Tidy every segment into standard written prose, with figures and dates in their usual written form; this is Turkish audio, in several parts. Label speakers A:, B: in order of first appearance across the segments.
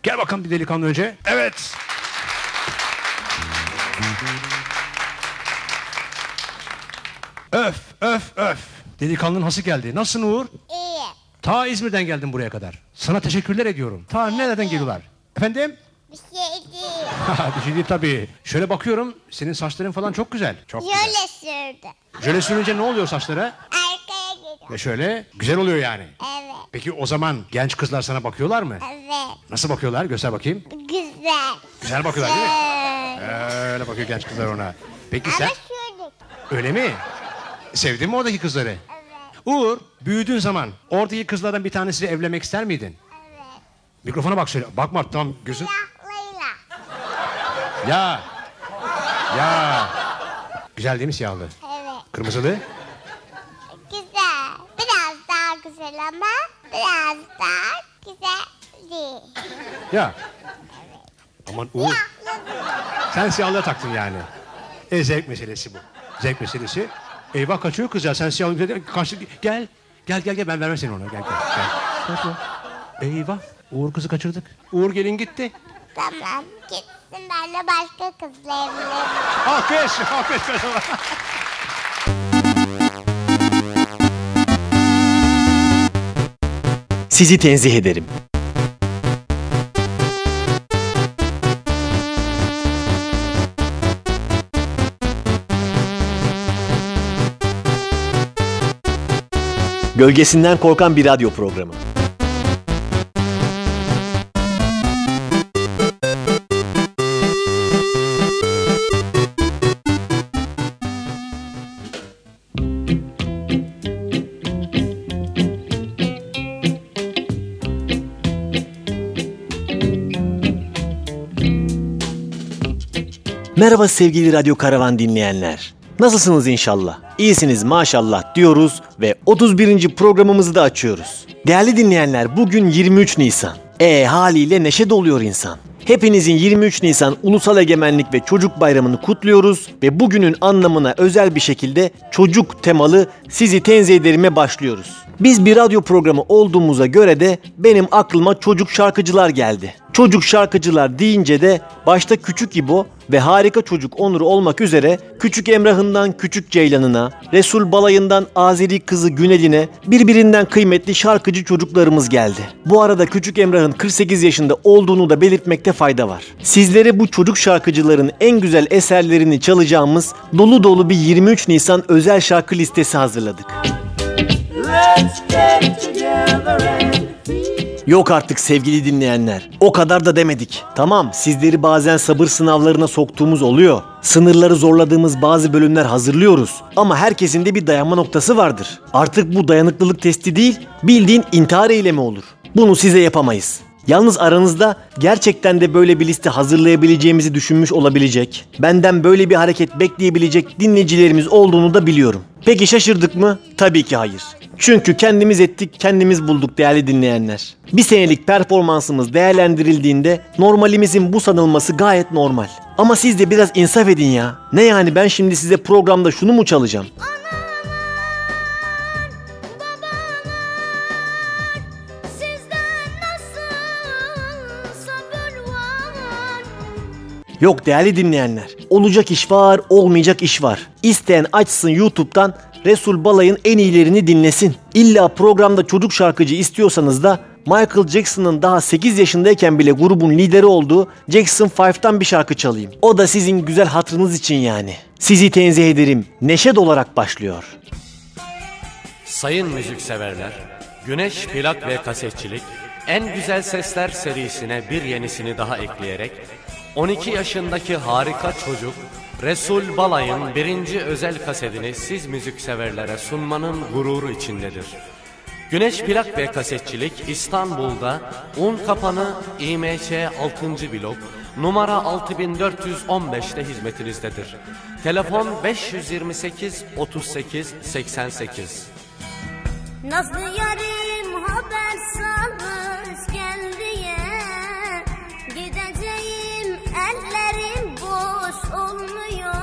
A: Gel bakalım bir delikanlı önce. Evet. Öf öf öf. Delikanlının hası geldi. Nasılsın Uğur?
B: İyi.
A: Ta İzmir'den geldim buraya kadar. Sana teşekkürler ediyorum. Ta nereden geliyorlar? Efendim?
B: Bir şey değil.
A: Bir şey değil tabii. Şöyle bakıyorum, senin saçların falan çok güzel. Çok güzel.
B: Jöle sürdü.
A: Jöle sürünce ne oluyor saçlara?
B: Arkaya geliyor.
A: Ve şöyle güzel oluyor yani.
B: Evet.
A: Peki o zaman genç kızlar sana bakıyorlar mı?
B: Evet.
A: Nasıl bakıyorlar? Göster bakayım.
B: Güzel.
A: Güzel bakıyorlar değil mi?
B: Evet.
A: Öyle bakıyor genç kızlar ona. Peki
B: Ama
A: sen?
B: şöyle.
A: Öyle mi? Sevdin mi oradaki kızları?
B: Evet.
A: Uğur, büyüdüğün zaman oradaki kızlardan bir tanesiyle evlenmek ister miydin?
B: Evet.
A: Mikrofona bak şöyle. Bakma tamam gözün.
B: Siyahlıyla.
A: Ya. Ya. Güzel değil mi siyahlı?
B: Evet.
A: Kırmızılı?
B: Güzel. Biraz daha güzel ama biraz daha güzel değil.
A: Ya. Aman Uğur. Sen siyahlığa taktın yani. Zevk meselesi bu. Zevk meselesi. Eyvah kaçıyor kız ya. Sen siyahlığa kaçtı. Gel. Gel ben vermem seni ona. Gel. Kaçıyor. Eyvah. Uğur kızı kaçırdık. Uğur gelin gitti.
B: Tamam. Gitsin benimle başka kızla evlenelim.
A: Alkış.
C: Sizi tenzih ederim. Gölgesinden korkan bir radyo programı. Merhaba sevgili Radyo Karavan dinleyenler. Nasılsınız inşallah? İyisiniz maşallah diyoruz ve 31. programımızı da açıyoruz. Değerli dinleyenler, bugün 23 Nisan. Haliyle neşe doluyor insan. Hepinizin 23 Nisan Ulusal Egemenlik ve Çocuk Bayramı'nı kutluyoruz ve bugünün anlamına özel bir şekilde çocuk temalı Sizi Tenzih Ederim'e başlıyoruz. Biz bir radyo programı olduğumuza göre de benim aklıma çocuk şarkıcılar geldi. Çocuk şarkıcılar deyince de başta Küçük İbo ve Harika Çocuk Onur olmak üzere Küçük Emrah'ından Küçük Ceylan'ına, Resul Balayı'ndan Azeri kızı Günel'ine birbirinden kıymetli şarkıcı çocuklarımız geldi. Bu arada Küçük Emrah'ın 48 yaşında olduğunu da belirtmekte fayda var. Sizlere bu çocuk şarkıcıların en güzel eserlerini çalacağımız dolu dolu bir 23 Nisan özel şarkı listesi hazırladık. Yok artık sevgili dinleyenler. O kadar da demedik. Tamam, sizleri bazen sabır sınavlarına soktuğumuz oluyor. Sınırları zorladığımız bazı bölümler hazırlıyoruz. Ama herkesin de bir dayanma noktası vardır. Artık bu dayanıklılık testi değil, bildiğin intihar eylemi olur. Bunu size yapamayız. Yalnız aranızda gerçekten de böyle bir liste hazırlayabileceğimizi düşünmüş olabilecek, benden böyle bir hareket bekleyebilecek dinleyicilerimiz olduğunu da biliyorum. Peki şaşırdık mı? Tabii ki hayır. Çünkü kendimiz ettik, kendimiz bulduk değerli dinleyenler. Bir senelik performansımız değerlendirildiğinde normalimizin bu sanılması gayet normal. Ama siz de biraz insaf edin ya. Ne yani, ben şimdi size programda şunu mu çalacağım? Yok değerli dinleyenler, olacak iş var, olmayacak iş var. İsteyen açsın YouTube'dan Resul Balay'ın en iyilerini dinlesin. İlla programda çocuk şarkıcı istiyorsanız da Michael Jackson'ın daha 8 yaşındayken bile grubun lideri olduğu Jackson 5'tan bir şarkı çalayım. O da sizin güzel hatırınız için yani. Sizi tenzih ederim. Neşe dolarak başlıyor.
D: Sayın müzikseverler, Güneş Plak ve Kasetçilik En Güzel Sesler serisine bir yenisini daha ekleyerek 12 yaşındaki harika çocuk Resul Balay'ın birinci özel kasetini siz müzikseverlere sunmanın gururu içindedir. Güneş Plak ve Kasetçilik İstanbul'da Unkapanı İMÇ 6. blok numara 6415'te hizmetinizdedir. Telefon 528 38 88.
B: Nazlı yarim haber salmış geldiye, gideceğim ellerim boş olmuyor.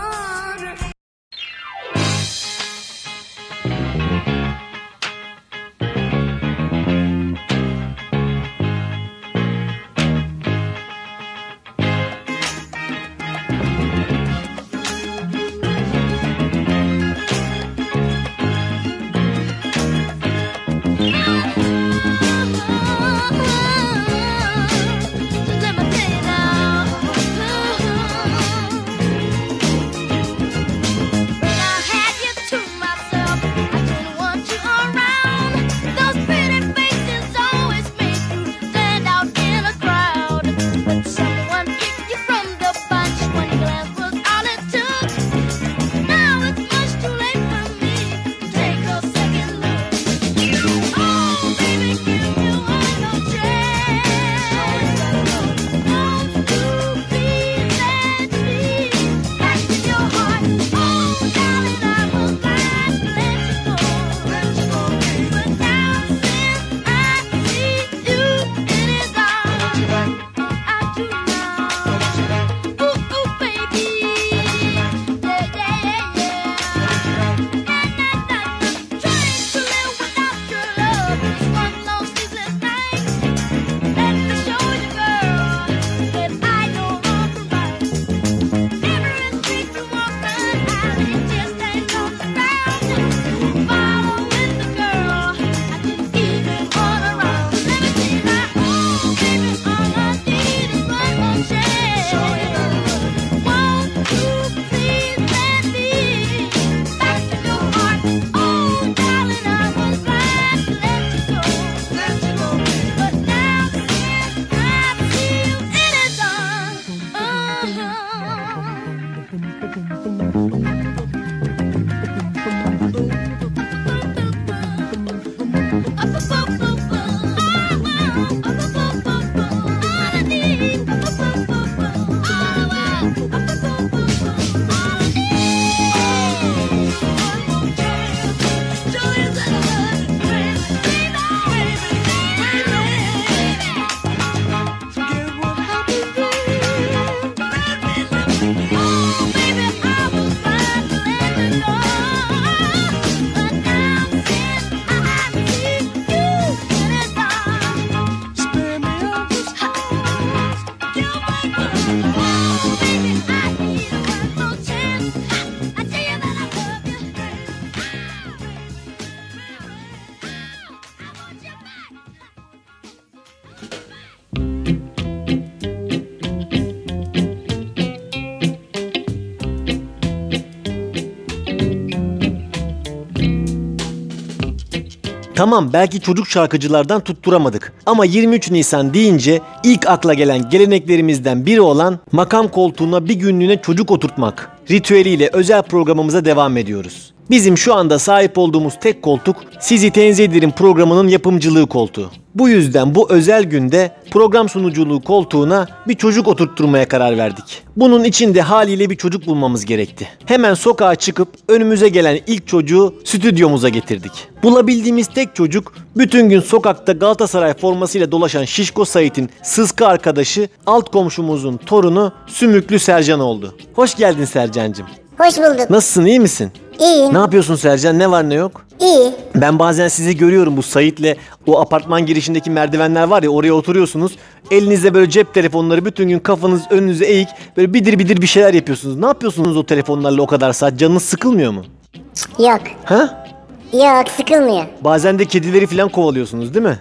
C: Tamam, belki çocuk şarkıcılardan tutturamadık. Ama 23 Nisan deyince ilk akla gelen geleneklerimizden biri olan makam koltuğuna bir günlüğüne çocuk oturtmak ritüeliyle özel programımıza devam ediyoruz. Bizim şu anda sahip olduğumuz tek koltuk Sizi Tenzih Ederim programının yapımcılığı koltuğu. Bu yüzden bu özel günde program sunuculuğu koltuğuna bir çocuk oturtturmaya karar verdik. Bunun için de haliyle bir çocuk bulmamız gerekti. Hemen sokağa çıkıp önümüze gelen ilk çocuğu stüdyomuza getirdik. Bulabildiğimiz tek çocuk bütün gün sokakta Galatasaray formasıyla dolaşan Şişko Sait'in sıska arkadaşı, alt komşumuzun torunu Sümüklü Sercan oldu. Hoş geldin Sercan'cığım.
B: Hoş bulduk.
C: Nasılsın, iyi misin?
B: İyiyim.
C: Ne yapıyorsun Sercan? Ne var ne yok?
B: İyi.
C: Ben bazen sizi görüyorum bu Sait'le o apartman girişindeki merdivenler var ya, oraya oturuyorsunuz. Elinizde böyle cep telefonları, bütün gün kafanız önünüze eğik, böyle bidir bidir bir şeyler yapıyorsunuz. Ne yapıyorsunuz o telefonlarla o kadar saat? Canınız sıkılmıyor mu?
B: Yok.
C: Ha?
B: Yok, sıkılmıyor.
C: Bazen de kedileri falan kovalıyorsunuz değil mi?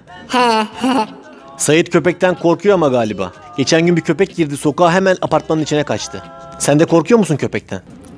C: Sait köpekten korkuyor ama galiba. Geçen gün bir köpek girdi sokağa, hemen apartmanın içine kaçtı. Sen de korkuyor musun köpekten?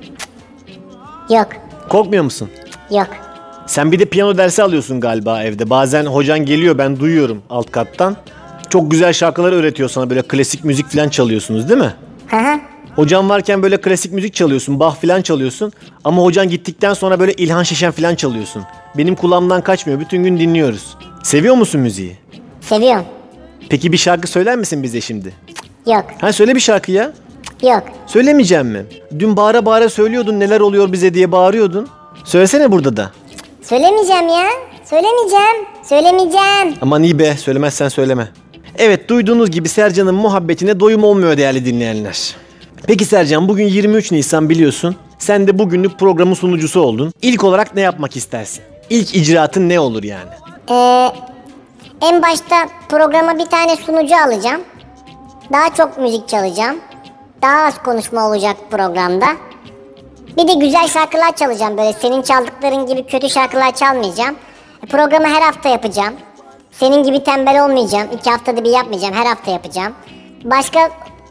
B: Yok.
C: Korkmuyor musun?
B: Yok.
C: Sen bir de piyano dersi alıyorsun galiba evde. Bazen hocan geliyor, ben duyuyorum alt kattan. Çok güzel şarkılar öğretiyor sana, böyle klasik müzik falan çalıyorsunuz değil mi?
B: Hı hı.
C: Hocan varken böyle klasik müzik çalıyorsun, Bach falan çalıyorsun. Ama hocan gittikten sonra böyle İlhan Şişen falan çalıyorsun. Benim kulağımdan kaçmıyor, bütün gün dinliyoruz. Seviyor musun müziği?
B: Seviyorum.
C: Peki bir şarkı söyler misin bize şimdi?
B: Yok.
C: Ha, söyle bir şarkı ya.
B: Yok.
C: Söylemeyeceğim mi? Dün bağıra bağıra söylüyordun, neler oluyor bize diye bağırıyordun. Söylesene burada da.
B: Söylemeyeceğim ya. Söylemeyeceğim. Söylemeyeceğim.
C: Aman iyi be, söylemezsen söyleme. Evet, duyduğunuz gibi Sercan'ın muhabbetine doyum olmuyor değerli dinleyenler. Peki Sercan, bugün 23 Nisan biliyorsun. Sen de bugünlük programın sunucusu oldun. İlk olarak ne yapmak istersin? İlk icraatın ne olur yani?
B: En başta programa bir tane sunucu alacağım. Daha çok müzik çalacağım. Daha az konuşma olacak programda. Bir de güzel şarkılar çalacağım. Böyle senin çaldıkların gibi kötü şarkılar çalmayacağım. Programı her hafta yapacağım. Senin gibi tembel olmayacağım. 2 haftada bir yapmayacağım. Her hafta yapacağım. Başka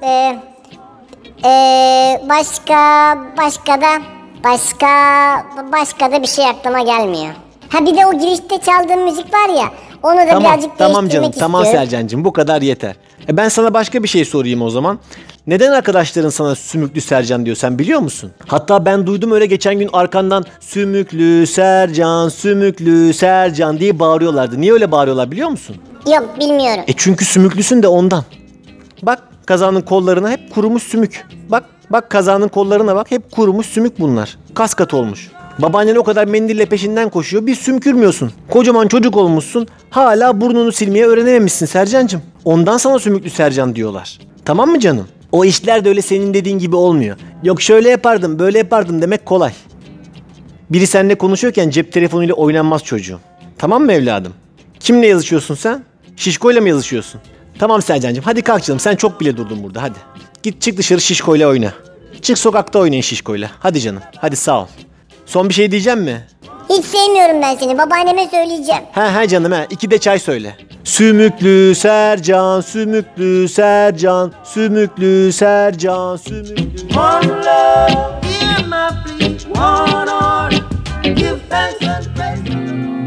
B: da bir şey aklıma gelmiyor. Ha, bir de o girişte çaldığım müzik var ya. Onu da birazcık değiştirmek
C: tamam canım,
B: istiyorum.
C: tamam Sercan'cığım, bu kadar yeter. Ben sana başka bir şey sorayım o zaman. Neden arkadaşların sana Sümüklü Sercan diyor, sen biliyor musun? Hatta ben duydum öyle, geçen gün arkandan Sümüklü Sercan, Sümüklü Sercan diye bağırıyorlardı. Niye öyle bağırıyorlar biliyor musun?
B: Yok, bilmiyorum.
C: Çünkü sümüklüsün de ondan. Bak kazanın kollarına hep kurumuş sümük. Bak kazanın kollarına bak, hep kurumuş sümük bunlar. Kas katı olmuş. Babaannen o kadar mendille peşinden koşuyor, bir sümkürmüyorsun. Kocaman çocuk olmuşsun, hala burnunu silmeye öğrenememişsin Sercancığım. Ondan sana Sümüklü Sercan diyorlar. Tamam mı canım? O işler de öyle senin dediğin gibi olmuyor. Yok şöyle yapardım, böyle yapardım demek kolay. Biri seninle konuşuyorken cep telefonuyla oynanmaz çocuğum. Tamam mı evladım? Kimle yazışıyorsun sen? Şişko'yla mı yazışıyorsun? Tamam Sercancığım, hadi kalk canım, sen çok bile durdun burada, hadi. Git çık dışarı Şişko'yla oyna. Çık sokakta oynayın Şişko'yla. Hadi canım, hadi sağ ol. Son bir şey diyeceğim mi?
B: Hiç sevmiyorum ben seni. Babaanneme söyleyeceğim.
C: He canım, 2 de çay söyle. Sümüklü Sercan, Sümüklü Sercan, Sümüklü Sercan, Sümüklü.
E: One love, hear my plea. One heart, give thanks and praise.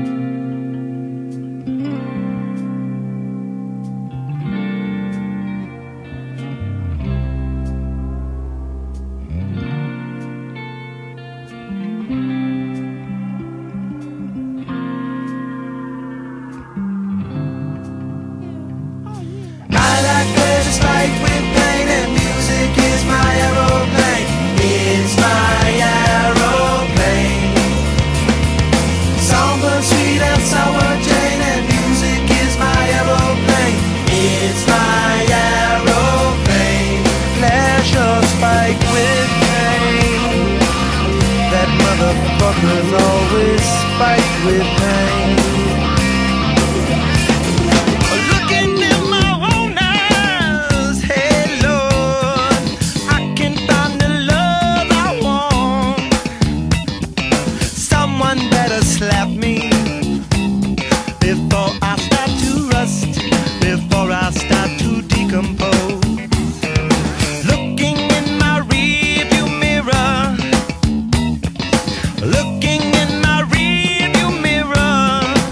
E: I like pleasure, fight with pain, and music is my aeroplane. It's my aeroplane. Songbird sweet and sour Jane, and music is my aeroplane. It's my aeroplane. Pleasure spike with pain. That motherfucker's always spike with pain. Looking in my own eyes, hey Lord, I can find the love I want. Someone better slap me before I start to rust, before I start to decompose. Looking in my rearview mirror, looking in my rearview mirror.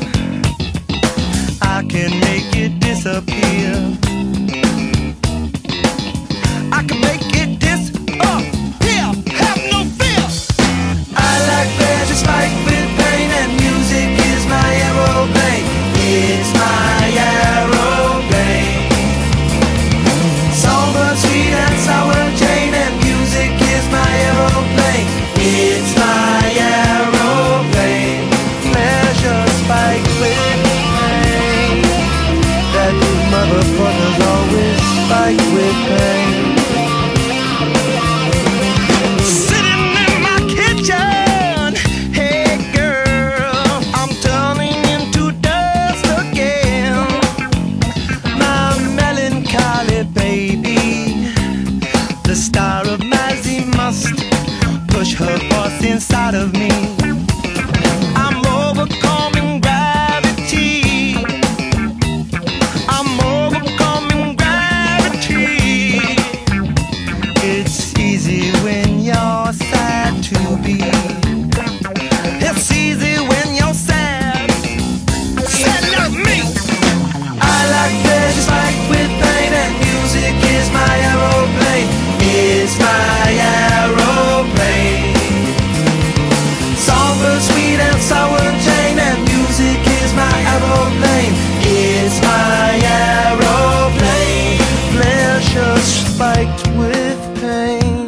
E: spiked with pain.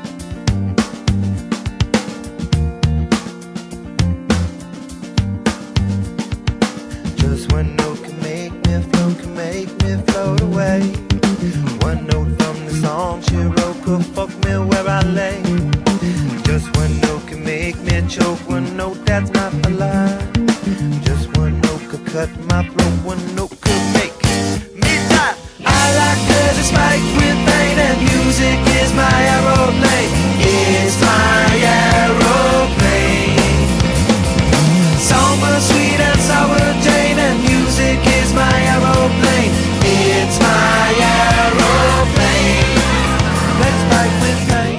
E: Just one note can make me float away. One note from the song she wrote could fuck me where I lay. Just one note can make me choke, one note that's not a lie. Just one note could cut my throat, one note could make me die. I like the spike with pain and music is my aeroplane. It's my aeroplane. Somber, sweet and sour Jane and music is my aeroplane. It's my aeroplane. Let's fight with pain.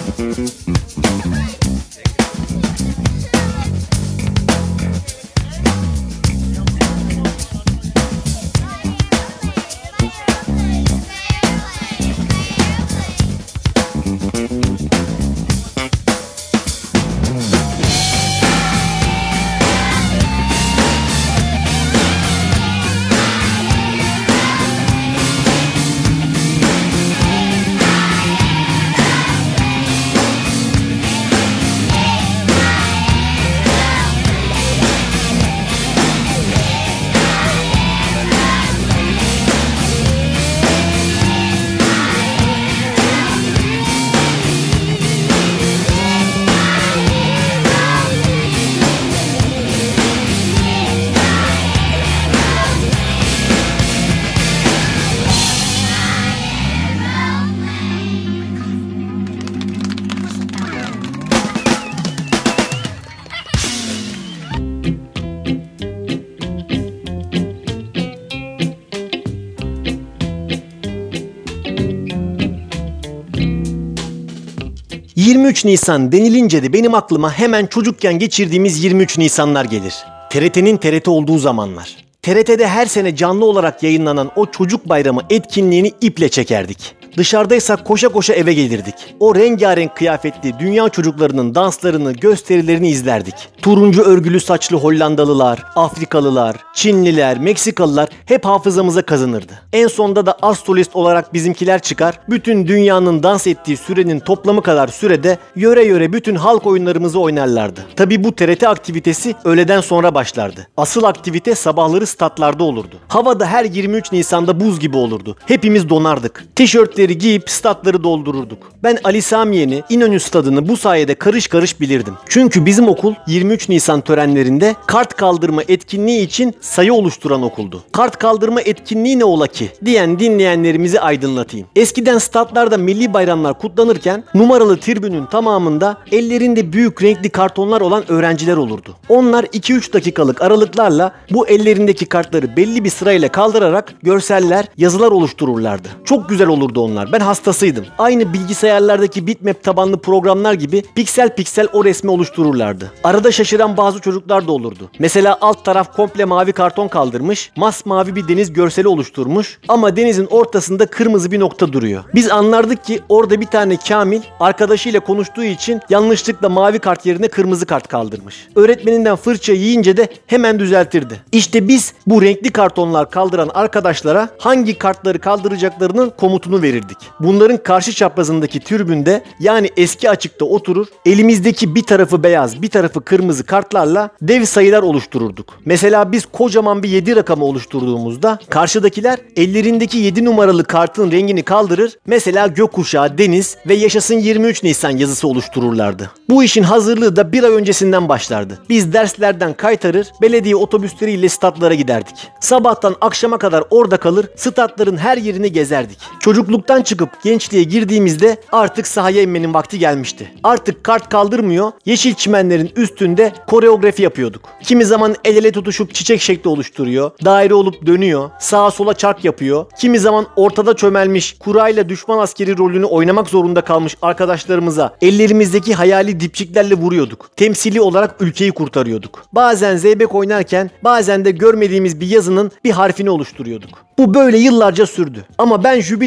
C: ...23 Nisan denilince de benim aklıma hemen çocukken geçirdiğimiz 23 Nisanlar gelir. TRT'nin TRT olduğu zamanlar. TRT'de her sene canlı olarak yayınlanan o çocuk bayramı etkinliğini iple çekerdik. Dışarıdaysak koşa koşa eve gelirdik. O rengarenk kıyafetli dünya çocuklarının danslarını, gösterilerini izlerdik. Turuncu örgülü saçlı Hollandalılar, Afrikalılar, Çinliler, Meksikalılar hep hafızamıza kazınırdı. En sonda da az solist olarak bizimkiler çıkar, bütün dünyanın dans ettiği sürenin toplamı kadar sürede yöre yöre bütün halk oyunlarımızı oynarlardı. Tabi bu TRT aktivitesi öğleden sonra başlardı. Asıl aktivite sabahları statlarda olurdu. Havada her 23 Nisan'da buz gibi olurdu. Hepimiz donardık. Tişörtleri giyip statları doldururduk. Ben Ali Samiye'ni, İnönü Stadı'nı bu sayede karış karış bilirdim. Çünkü bizim okul 23 Nisan törenlerinde kart kaldırma etkinliği için sayı oluşturan okuldu. Kart kaldırma etkinliği ne ola ki diyen dinleyenlerimizi aydınlatayım. Eskiden statlarda milli bayramlar kutlanırken numaralı tribünün tamamında ellerinde büyük renkli kartonlar olan öğrenciler olurdu. Onlar 2-3 dakikalık aralıklarla bu ellerindeki kartları belli bir sırayla kaldırarak görseller, yazılar oluştururlardı. Çok güzel olurdu onlar. Ben hastasıydım. Aynı bilgisayarlardaki bitmap tabanlı programlar gibi piksel piksel o resmi oluştururlardı. Arada şaşıran bazı çocuklar da olurdu. Mesela alt taraf komple mavi karton kaldırmış, masmavi bir deniz görseli oluşturmuş ama denizin ortasında kırmızı bir nokta duruyor. Biz anlardık ki orada bir tane Kamil arkadaşıyla konuştuğu için yanlışlıkla mavi kart yerine kırmızı kart kaldırmış. Öğretmeninden fırça yiyince de hemen düzeltirdi. İşte biz bu renkli kartonlar kaldıran arkadaşlara hangi kartları kaldıracaklarının komutunu verirdik. Bunların karşı çaprazındaki tribünde yani eski açıkta oturur, elimizdeki bir tarafı beyaz bir tarafı kırmızı kartlarla dev sayılar oluştururduk. Mesela biz kocaman bir 7 rakamı oluşturduğumuzda karşıdakiler ellerindeki 7 numaralı kartın rengini kaldırır, mesela gökkuşağı, deniz ve yaşasın 23 Nisan yazısı oluştururlardı. Bu işin hazırlığı da bir ay öncesinden başlardı. Biz derslerden kaytarır, belediye otobüsleriyle statlara giderdik. Sabahtan akşama kadar orada kalır, statların her yerini gezerdik. Çocukluktan çıkıp gençliğe girdiğimizde artık sahaya inmenin vakti gelmişti. Artık kart kaldırmıyor, yeşil çimenlerin üstünde koreografi yapıyorduk. Kimi zaman el ele tutuşup çiçek şekli oluşturuyor, daire olup dönüyor, sağa sola çark yapıyor. Kimi zaman ortada çömelmiş, kurayla düşman askeri rolünü oynamak zorunda kalmış arkadaşlarımıza ellerimizdeki hayali dipçiklerle vuruyorduk. Temsili olarak ülkeyi kurtarıyorduk. Bazen zeybek oynarken, bazen de görmediğimiz bir yazının bir harfini oluşturuyorduk. Bu böyle yıllarca sürdü. Ama ben jübilemi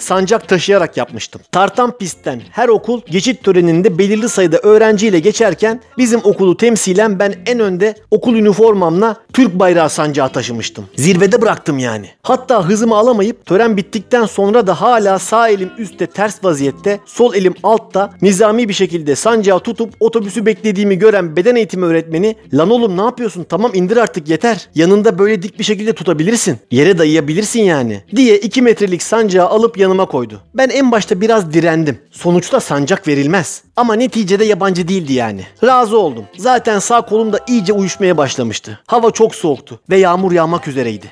C: sancak taşıyarak yapmıştım. Tartan pistten her okul geçit töreninde belirli sayıda öğrenciyle geçerken bizim okulu temsilen ben en önde okul üniformamla Türk bayrağı sancağı taşımıştım. Zirvede bıraktım yani. Hatta hızımı alamayıp tören bittikten sonra da hala sağ elim üstte ters vaziyette, sol elim altta nizami bir şekilde sancağı tutup otobüsü beklediğimi gören beden eğitimi öğretmeni "Lan oğlum ne yapıyorsun? Tamam indir artık yeter. Yanında böyle dik bir şekilde tutabilirsin. Yere dayayabilirsin yani" diye 2 metrelik sancağı alıp yanıma koydu. Ben en başta biraz direndim. Sonuçta sancak verilmez. Ama neticede yabancı değildi yani. Razı oldum. Zaten sağ kolum da iyice uyuşmaya başlamıştı. Hava çok soğuktu ve yağmur yağmak üzereydi.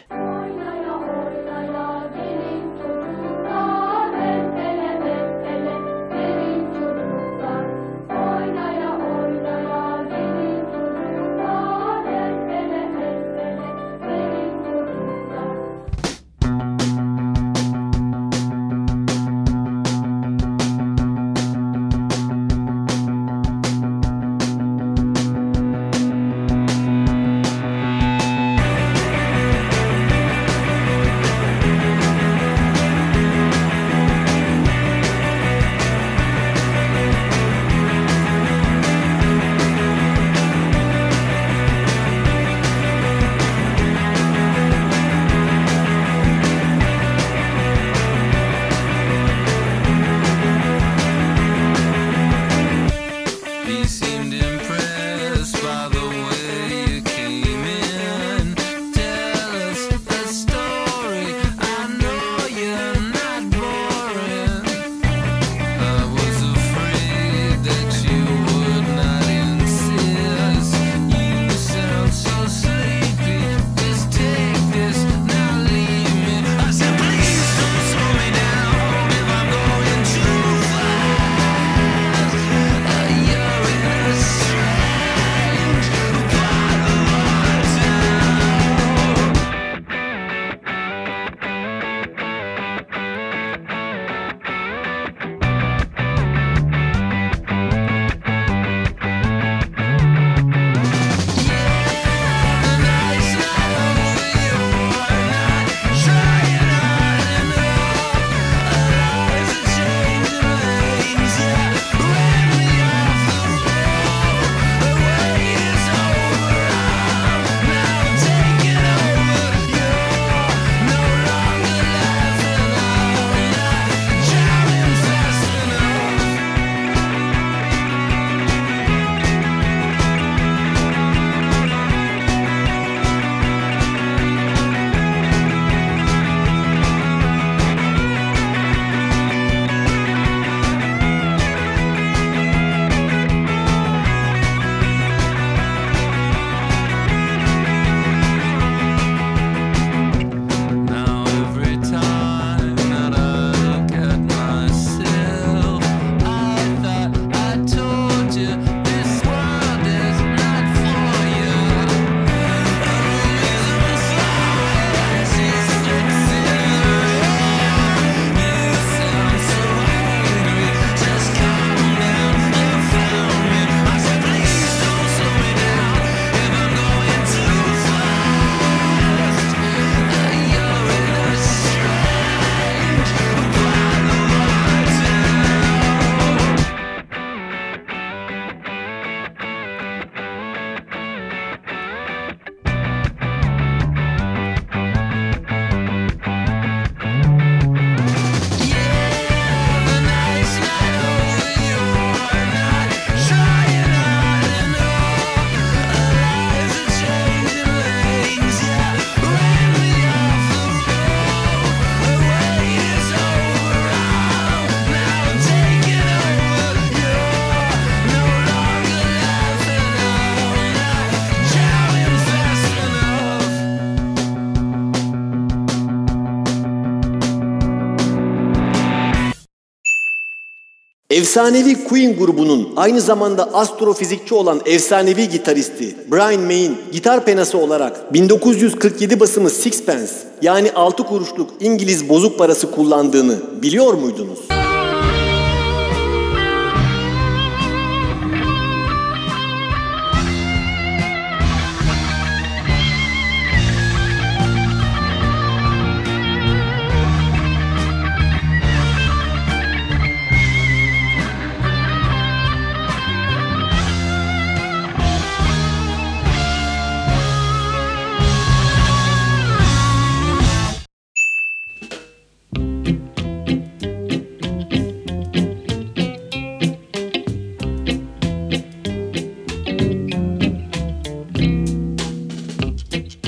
C: Efsanevi Queen grubunun aynı zamanda astrofizikçi olan efsanevi gitaristi Brian May'in gitar penası olarak 1947 basımı Sixpence yani 6 kuruşluk İngiliz bozuk parası kullandığını biliyor muydunuz?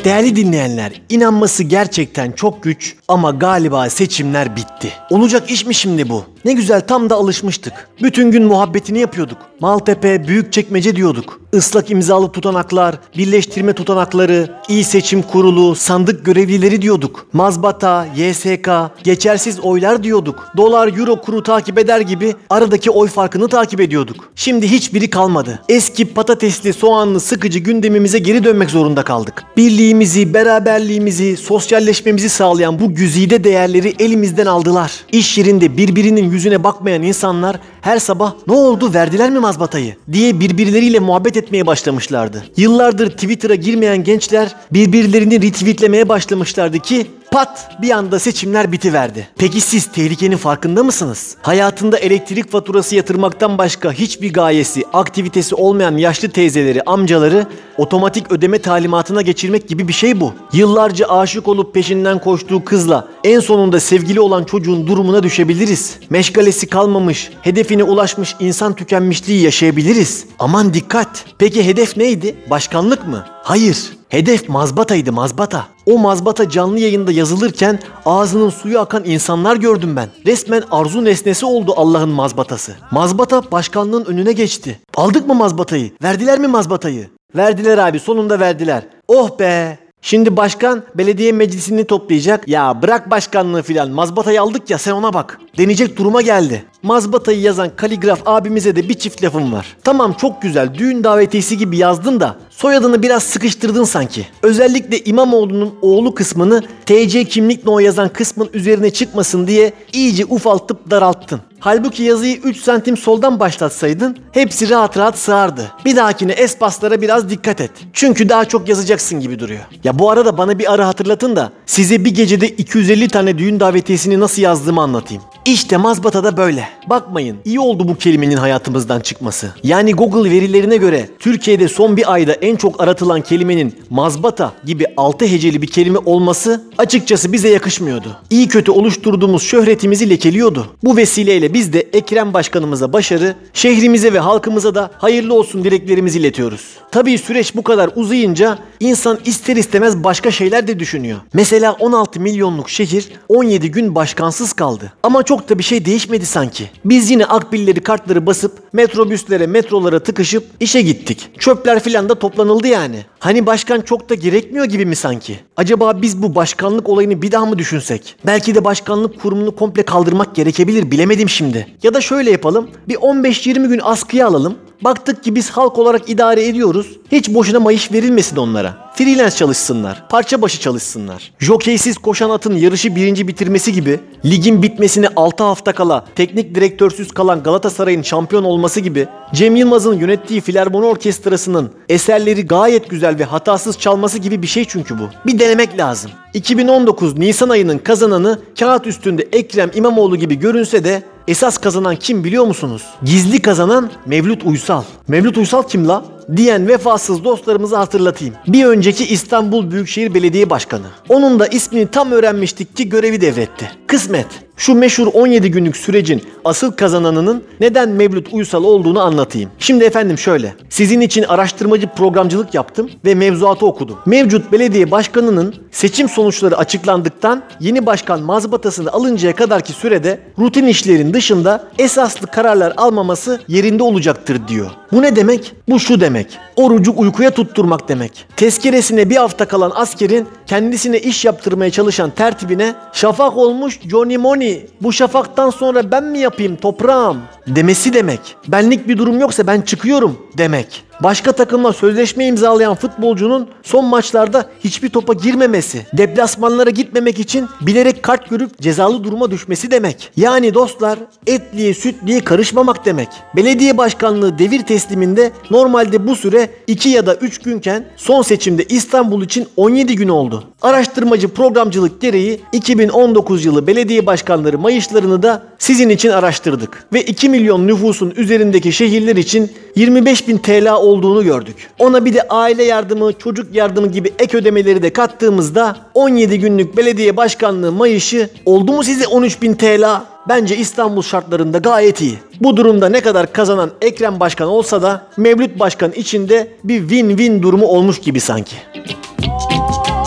C: Değerli dinleyenler, inanması gerçekten çok güç ama galiba seçimler bitti. Olacak iş mi şimdi bu? Ne güzel, tam da alışmıştık. Bütün gün muhabbetini yapıyorduk. Maltepe, Büyükçekmece diyorduk. Islak imzalı tutanaklar, birleştirme tutanakları, İl Seçim Kurulu, sandık görevlileri diyorduk. Mazbata, YSK, geçersiz oylar diyorduk. Dolar, euro kuru takip eder gibi aradaki oy farkını takip ediyorduk. Şimdi hiçbiri kalmadı. Eski patatesli, soğanlı, sıkıcı gündemimize geri dönmek zorunda kaldık. Birliğimizi, beraberliğimizi, sosyalleşmemizi sağlayan bu güzide değerleri elimizden aldılar. İş yerinde birbirinin yüzüne bakmayan insanlar her sabah "Ne oldu, verdiler mi mazbatayı?" diye birbirleriyle muhabbet etmeye başlamışlardı. Yıllardır Twitter'a girmeyen gençler birbirlerini retweetlemeye başlamışlardı ki pat bir anda seçimler bitiverdi. Peki siz tehlikenin farkında mısınız? Hayatında elektrik faturası yatırmaktan başka hiçbir gayesi, aktivitesi olmayan yaşlı teyzeleri, amcaları otomatik ödeme talimatına geçirmek gibi bir şey bu. Yıllarca aşık olup peşinden koştuğu kızla en sonunda sevgili olan çocuğun durumuna düşebiliriz. Meşgalesi kalmamış, hedefine ulaşmış insan tükenmişliği yaşayabiliriz. Aman dikkat! Peki hedef neydi? Başkanlık mı? Hayır. Hedef mazbataydı, mazbata. O mazbata canlı yayında yazılırken ağzının suyu akan insanlar gördüm ben. Resmen arzu nesnesi oldu Allah'ın mazbatası. Mazbata başkanlığın önüne geçti. Aldık mı mazbatayı? Verdiler mi mazbatayı? Verdiler abi, sonunda verdiler. Oh be! Şimdi başkan belediye meclisini toplayacak. Ya bırak başkanlığı filan, mazbatayı aldık ya, sen ona bak denecek duruma geldi. Mazbatayı yazan kaligraf abimize de bir çift lafım var. Tamam, çok güzel, düğün davetiyesi gibi yazdın da soyadını biraz sıkıştırdın sanki. Özellikle İmamoğlu'nun oğlu kısmını TC kimlik no yazan kısmın üzerine çıkmasın diye iyice ufaltıp daralttın. Halbuki yazıyı 3 santim soldan başlatsaydın hepsi rahat rahat sığardı. Bir dahakine espaslara biraz dikkat et. Çünkü daha çok yazacaksın gibi duruyor. Ya bu arada bana bir ara hatırlatın da size bir gecede 250 tane düğün davetiyesini nasıl yazdığımı anlatayım. İşte mazbata da böyle. Bakmayın, iyi oldu bu kelimenin hayatımızdan çıkması. Yani Google verilerine göre Türkiye'de son bir ayda en çok aratılan kelimenin mazbata gibi 6 heceli bir kelime olması açıkçası bize yakışmıyordu. İyi kötü oluşturduğumuz şöhretimizi lekeliyordu. Bu vesileyle biz de Ekrem Başkanımıza başarı, şehrimize ve halkımıza da hayırlı olsun dileklerimizi iletiyoruz. Tabii süreç bu kadar uzayınca insan ister istemez başka şeyler de düşünüyor. Mesela 16 milyonluk şehir 17 gün başkansız kaldı. Ama çok da bir şey değişmedi sanki. Biz yine akbilleri, kartları basıp metrobüslere, metrolara tıkışıp işe gittik. Çöpler filan da toplanıldı yani. Hani başkan çok da gerekmiyor gibi mi sanki? Acaba biz bu başkanlık olayını bir daha mı düşünsek? Belki de başkanlık kurumunu komple kaldırmak gerekebilir, bilemedim şimdi. Ya da şöyle yapalım, bir 15-20 gün askıya alalım. Baktık ki biz halk olarak idare ediyoruz. Hiç boşuna maaş verilmesin onlara. Freelance çalışsınlar, parça başı çalışsınlar. Jokeysiz koşan atın yarışı birinci bitirmesi gibi, ligin bitmesine 6 hafta kala teknik direktörsüz kalan Galatasaray'ın şampiyon olması gibi, Cem Yılmaz'ın yönettiği Filarmoni Orkestrası'nın eserleri gayet güzel ve hatasız çalması gibi bir şey çünkü bu. Bir denemek lazım. 2019 Nisan ayının kazananı kağıt üstünde Ekrem İmamoğlu gibi görünse de esas kazanan kim biliyor musunuz? Gizli kazanan Mevlüt Uysal. Mevlüt Uysal kim la? Diyen vefasız dostlarımızı hatırlatayım. Bir önceki İstanbul Büyükşehir Belediye Başkanı. Onun da ismini tam öğrenmiştik ki görevi devretti. Kısmet. Şu meşhur 17 günlük sürecin asıl kazananının neden Mevlüt Uysal olduğunu anlatayım. Şimdi efendim şöyle. Sizin için araştırmacı programcılık yaptım ve mevzuatı okudum. Mevcut belediye başkanının seçim sonuçları açıklandıktan yeni başkan mazbatasını alıncaya kadarki sürede rutin işlerin dışında esaslı kararlar almaması yerinde olacaktır diyor. Bu ne demek? Bu şu demek. Orucu uykuya tutturmak demek. Tezkeresine bir hafta kalan askerin kendisine iş yaptırmaya çalışan tertibine "Şafak olmuş Johnny Money, bu şafaktan sonra ben mi yapayım toprağım?" demesi demek. Benlik bir durum yoksa ben çıkıyorum demek. Başka takımla sözleşme imzalayan futbolcunun son maçlarda hiçbir topa girmemesi, deplasmanlara gitmemek için bilerek kart görüp cezalı duruma düşmesi demek. Yani dostlar, etliye sütliye karışmamak demek. Belediye başkanlığı devir tesliminde normalde bu süre 2 ya da 3 günken son seçimde İstanbul için 17 gün oldu. Araştırmacı programcılık gereği 2019 yılı belediye başkanları mayışlarını da sizin için araştırdık. Ve 2 milyon nüfusun üzerindeki şehirler için 25.000 TL olduğunu gördük. Ona bir de aile yardımı, çocuk yardımı gibi ek ödemeleri de kattığımızda 17 günlük belediye başkanlığı mayışı oldu mu size 13.000 TL? Bence İstanbul şartlarında gayet iyi. Bu durumda ne kadar kazanan Ekrem Başkan olsa da Mevlüt Başkan içinde bir win-win durumu olmuş gibi sanki.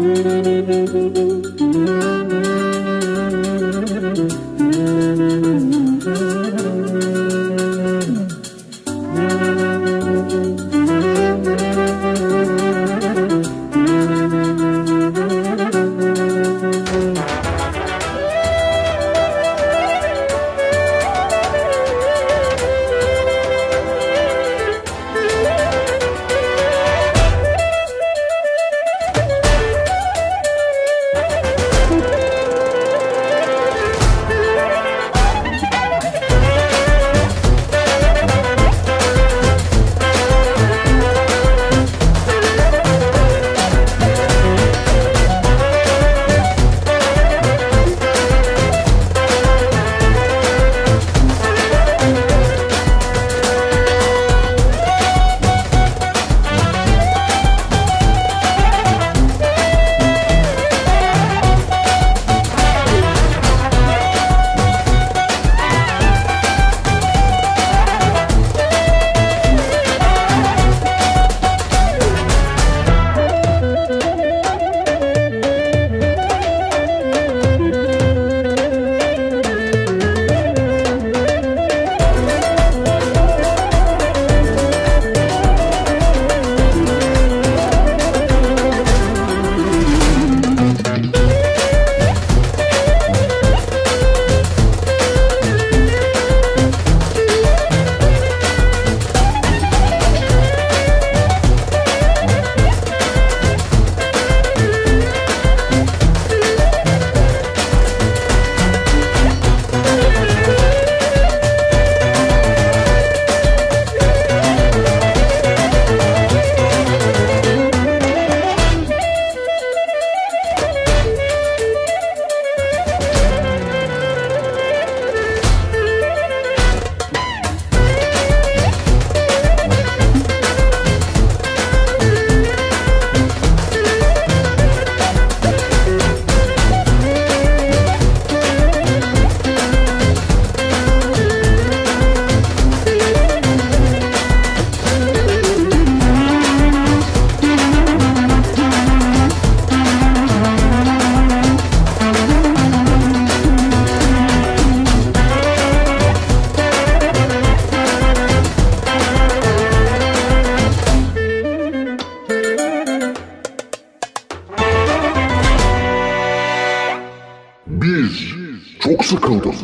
F: Çok sıkıldım.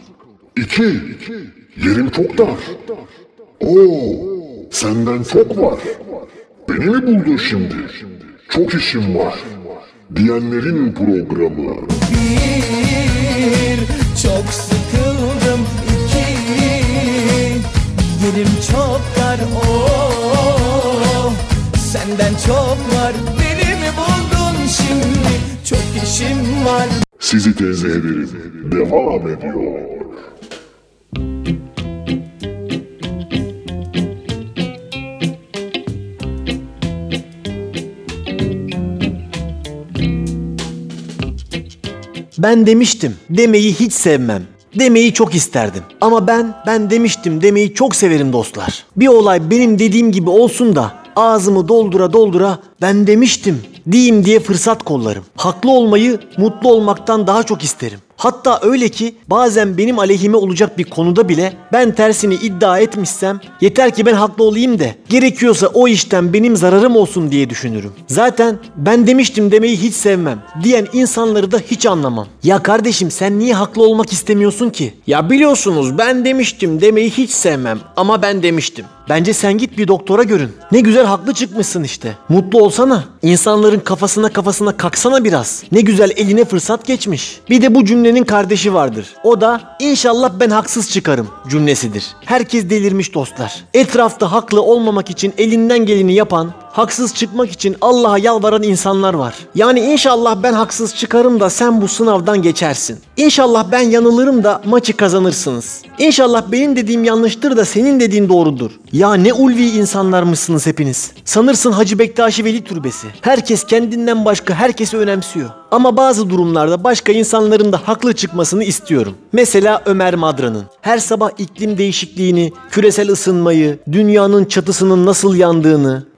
F: 2. Yerim çok dar. Oo, senden çok var. Beni mi buldun şimdi? Çok işim var. Diyenlerin programı.
G: 1. Çok sıkıldım. 2. Yerim çok dar. Oo, senden çok var. Beni mi buldun şimdi? Çok işim var.
F: Sizi tenzih ederim. Devam ediyor.
C: Ben demiştim demeyi hiç sevmem. Demeyi çok isterdim. Ama ben demiştim demeyi çok severim dostlar. Bir olay benim dediğim gibi olsun da ağzımı doldura doldura ben demiştim diyeyim diye fırsat kollarım. Haklı olmayı mutlu olmaktan daha çok isterim. Hatta öyle ki bazen benim aleyhime olacak bir konuda bile ben tersini iddia etmişsem yeter ki ben haklı olayım da gerekiyorsa o işten benim zararım olsun diye düşünürüm. Zaten ben demiştim demeyi hiç sevmem diyen insanları da hiç anlamam. Ya kardeşim sen niye haklı olmak istemiyorsun ki? Ya biliyorsunuz ben demiştim demeyi hiç sevmem ama ben demiştim. Bence sen git bir doktora görün. Ne güzel haklı çıkmışsın işte. Mutlu olsana. İnsanların kafasına kaksana biraz. Ne güzel eline fırsat geçmiş. Bir de bu cümlenin kardeşi vardır. O da inşallah ben haksız çıkarım cümlesidir. Herkes delirmiş dostlar. Etrafta haklı olmamak için elinden geleni yapan, haksız çıkmak için Allah'a yalvaran insanlar var. Yani inşallah ben haksız çıkarım da sen bu sınavdan geçersin. İnşallah ben yanılırım da maçı kazanırsınız. İnşallah benim dediğim yanlıştır da senin dediğin doğrudur. Ya ne ulvi insanlarmışsınız hepiniz. Sanırsın Hacı Bektaşi Veli Türbesi. Herkes kendinden başka herkesi önemsiyor. Ama bazı durumlarda başka insanların da haklı çıkmasını istiyorum. Mesela Ömer Madra'nın her sabah iklim değişikliğini, küresel ısınmayı, dünyanın çatısının nasıl yandığını, insanların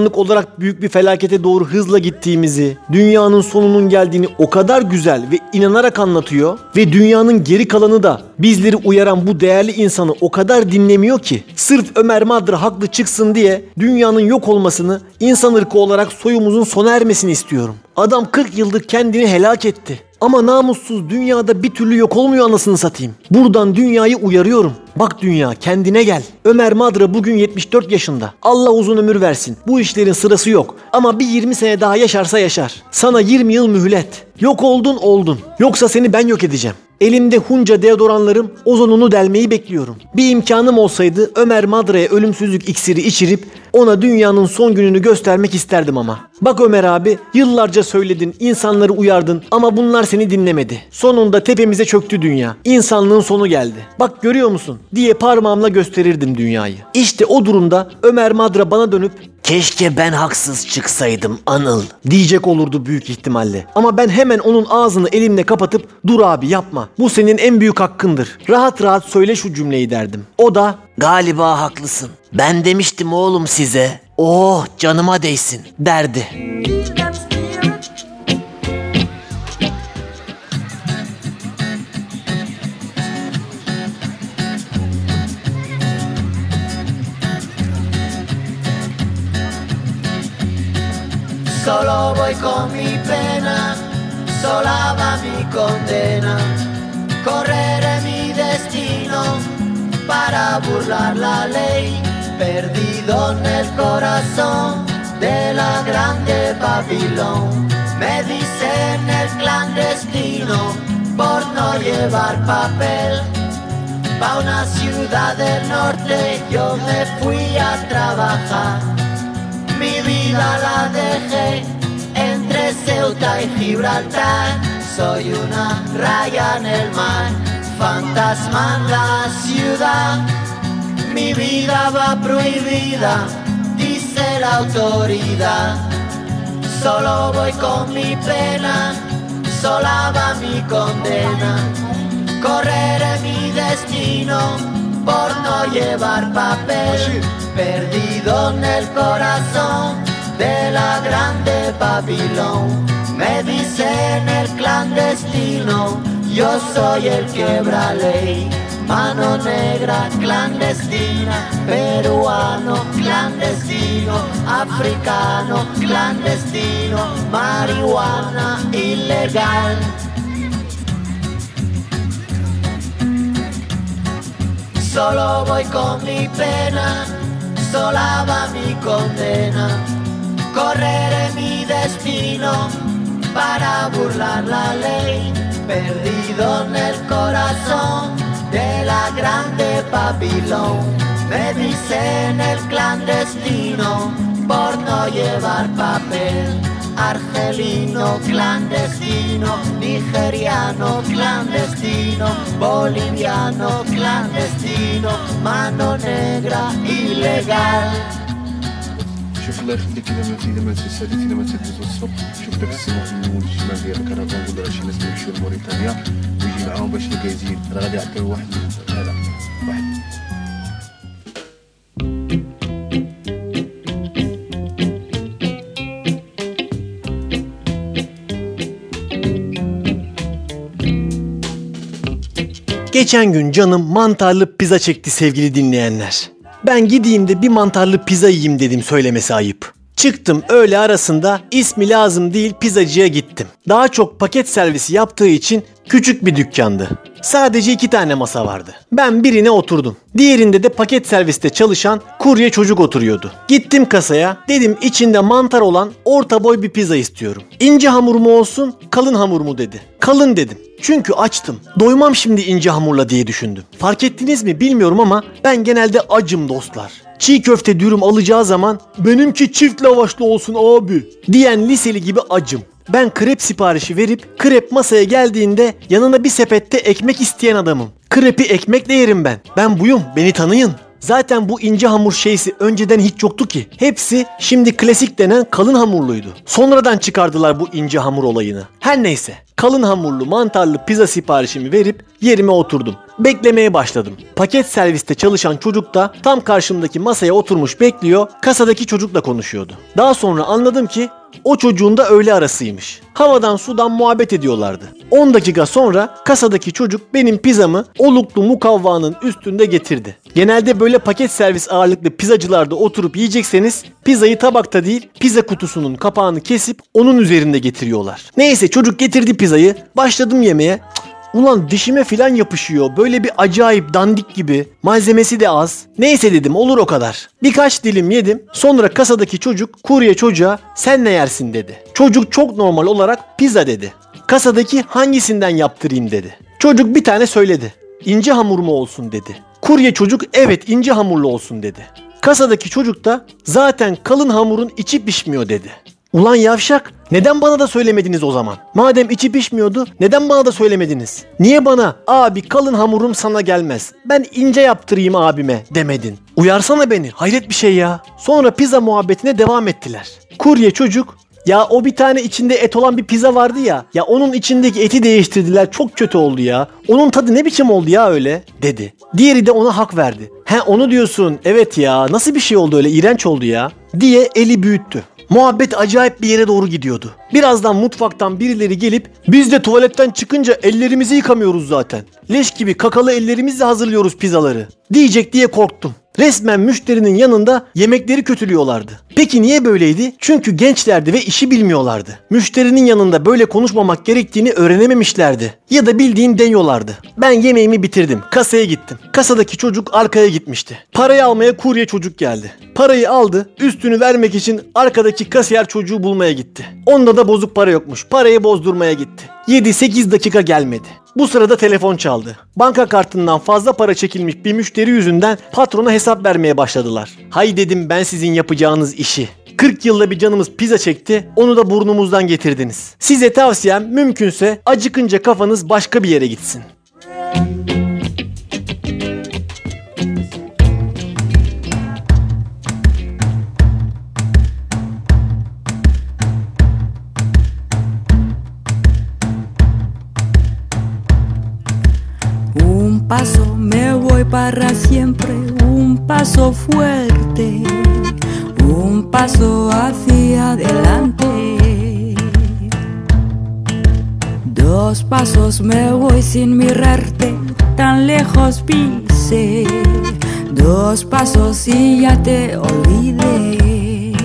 C: İnsanlık olarak büyük bir felakete doğru hızla gittiğimizi, dünyanın sonunun geldiğini o kadar güzel ve inanarak anlatıyor ve dünyanın geri kalanı da bizleri uyaran bu değerli insanı o kadar dinlemiyor ki sırf Ömer Madra haklı çıksın diye dünyanın yok olmasını, insan ırkı olarak soyumuzun sona ermesini istiyorum. Adam 40 yıldır kendini helak etti. Ama namussuz dünyada bir türlü yok olmuyor anasını satayım. Buradan dünyayı uyarıyorum. Bak dünya, kendine gel. Ömer Madra bugün 74 yaşında. Allah uzun ömür versin. Bu işlerin sırası yok. Ama bir 20 sene daha yaşarsa yaşar. Sana 20 yıl mühlet. Yok oldun oldun. Yoksa seni ben yok edeceğim. Elimde hunca deodoranlarım, ozonunu delmeyi bekliyorum. Bir imkanım olsaydı Ömer Madra'ya ölümsüzlük iksiri içirip ona dünyanın son gününü göstermek isterdim ama. Bak Ömer abi, yıllarca söyledin, insanları uyardın ama bunlar seni dinlemedi. Sonunda tepemize çöktü dünya. İnsanlığın sonu geldi. Bak görüyor musun? Diye parmağımla gösterirdim dünyayı. İşte o durumda Ömer Madra bana dönüp "Keşke ben haksız çıksaydım Anıl" diyecek olurdu büyük ihtimalle. Ama ben hemen onun ağzını elimle kapatıp "Dur abi yapma. Bu senin en büyük hakkındır. Rahat rahat söyle şu cümleyi" derdim. O da "Galiba haklısın. Ben demiştim oğlum size. Oh canıma değsin" derdi.
H: Solo voy con mi pena, sola va mi condena. Correré mi destino para burlar la ley. Perdido en el corazón de la grande Babilón. Me dicen el clandestino por no llevar papel. Pa' una ciudad del norte yo me fui a trabajar. Mi vida la dejé entre Ceuta y Gibraltar. Soy una raya en el mar, fantasma en la ciudad. Mi vida va prohibida, dice la autoridad. Solo voy con mi pena, sola va mi condena. Correré mi destino por no llevar papel. Perdido en el corazón de la grande Babilón. Me dicen el clandestino, yo soy el quebra ley. Mano negra clandestina, peruano clandestino, africano clandestino, marihuana ilegal. Solo voy con mi pena, sola va mi condena. Correré mi destino para burlar la ley. Perdido en el corazón de la grande Babilón. Me dicen el clandestino por no llevar papel. Argelino clandestino, nigeriano clandestino, boliviano clandestino, mano negra ilegal.
I: شوف الله يخليك اذا ما تسالي اذا ما تدوز السوق شوف داك السماح من الشمال ديال الكرفان ولا شي ناس يمشيو لموريتانيا ويجي معاهم باش يزيد راه غادي يعطيو واحد هذا واحد.
C: Geçen gün canım mantarlı pizza çekti sevgili dinleyenler. Ben gideyim de bir mantarlı pizza yiyeyim dedim, söylemesi ayıp. Çıktım öğle arasında, ismi lazım değil, pizzacıya gittim. Daha çok paket servisi yaptığı için küçük bir dükkandı. Sadece 2 tane masa vardı. Ben birine oturdum. Diğerinde de paket serviste çalışan kurye çocuk oturuyordu. Gittim kasaya, dedim içinde mantar olan orta boy bir pizza istiyorum. İnce hamur mu olsun, kalın hamur mu dedi. Kalın dedim. Çünkü açtım. Doymam şimdi ince hamurla diye düşündüm. Fark ettiniz mi bilmiyorum ama ben genelde acım dostlar. Çiğ köfte dürüm alacağı zaman benimki çift lavaşlı olsun abi diyen liseli gibi acım. Ben krep siparişi verip krep masaya geldiğinde yanına bir sepette ekmek isteyen adamım. Krepi ekmekle yerim ben. Ben buyum, beni tanıyın. Zaten bu ince hamur şeysi önceden hiç yoktu ki. Hepsi şimdi klasik denen kalın hamurluydu. Sonradan çıkardılar bu ince hamur olayını. Her neyse, kalın hamurlu mantarlı pizza siparişimi verip yerime oturdum. Beklemeye başladım. Paket serviste çalışan çocuk da tam karşımdaki masaya oturmuş bekliyor, kasadaki çocukla konuşuyordu. Daha sonra anladım ki o çocuğun da öğle arasıymış. Havadan sudan muhabbet ediyorlardı. 10 dakika sonra kasadaki çocuk benim pizzamı oluklu mukavvanın üstünde getirdi. Genelde böyle paket servis ağırlıklı pizzacılarda oturup yiyecekseniz pizzayı tabakta değil pizza kutusunun kapağını kesip onun üzerinde getiriyorlar. Neyse çocuk getirdi pizzayı, başladım yemeye. Ulan dişime filan yapışıyor. Böyle bir acayip dandik gibi. Malzemesi de az. Neyse dedim, olur o kadar. Birkaç dilim yedim. Sonra kasadaki çocuk kurye çocuğa sen ne yersin dedi. Çocuk çok normal olarak pizza dedi. Kasadaki hangisinden yaptırayım dedi. Çocuk bir tane söyledi. İnce hamur mu olsun dedi. Kurye çocuk evet ince hamurlu olsun dedi. Kasadaki çocuk da zaten kalın hamurun içi pişmiyor dedi. Ulan yavşak, neden bana da söylemediniz o zaman? Madem içi pişmiyordu, neden bana da söylemediniz? Niye bana abi kalın hamurum sana gelmez, ben ince yaptırayım abime demedin? Uyarsana beni, hayret bir şey ya. Sonra pizza muhabbetine devam ettiler. Kurye çocuk, ya o bir tane içinde et olan bir pizza vardı ya, ya onun içindeki eti değiştirdiler, çok kötü oldu ya. Onun tadı ne biçim oldu ya öyle dedi. Diğeri de ona hak verdi. He onu diyorsun, evet ya nasıl bir şey oldu öyle, iğrenç oldu ya diye eli büyüttü. Muhabbet acayip bir yere doğru gidiyordu. Birazdan mutfaktan birileri gelip biz de tuvaletten çıkınca ellerimizi yıkamıyoruz zaten. Leş gibi kakalı ellerimizle hazırlıyoruz pizzaları diyecek diye korktum. Resmen müşterinin yanında yemekleri kötülüyorlardı. Peki niye böyleydi? Çünkü gençlerdi ve işi bilmiyorlardı. Müşterinin yanında böyle konuşmamak gerektiğini öğrenememişlerdi. Ya da bildiğin deniyorlardı. Ben yemeğimi bitirdim. Kasaya gittim. Kasadaki çocuk arkaya gitmişti. Parayı almaya kurye çocuk geldi. Parayı aldı, üstünü vermek için arkadaki kasiyer çocuğu bulmaya gitti. Onda da bozuk para yokmuş. Parayı bozdurmaya gitti. 7-8 dakika gelmedi. Bu sırada telefon çaldı. Banka kartından fazla para çekilmiş bir müşteri yüzünden patrona hesap vermeye başladılar. Hay dedim ben sizin yapacağınız işi. 40 yılda bir canımız pizza çekti, onu da burnumuzdan getirdiniz. Size tavsiyem mümkünse acıkınca kafanız başka bir yere gitsin.
J: Un paso me voy para siempre, un paso fuerte, un paso hacia adelante. Dos pasos me voy sin mirarte, tan lejos pise. Dos pasos y ya te olvidé.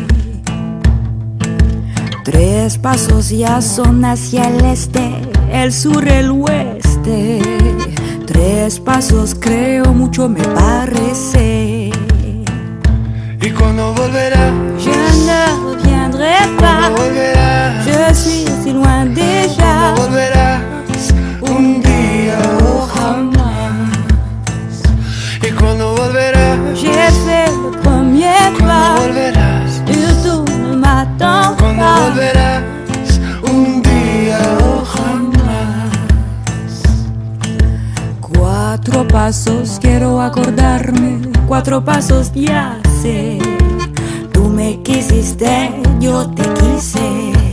J: Tres pasos ya son hacia el este, el sur, el oeste. Tres pasos creo mucho me parece.
E: ¿Y cuando volverás?
J: Je ne reviendrai pas.
E: Volverás.
J: Je suis si loin déjà.
E: Volverás un día o jamás. ¿Y cuando volverás?
J: J'ai fait le premier pas.
E: Volverás.
J: Surtout ne m'attends
E: Cuando
J: pas.
E: volverás un día o jamás.
J: Cuatro pasos quiero acordarme, cuatro pasos ya sé. Tú me quisiste, yo te quise.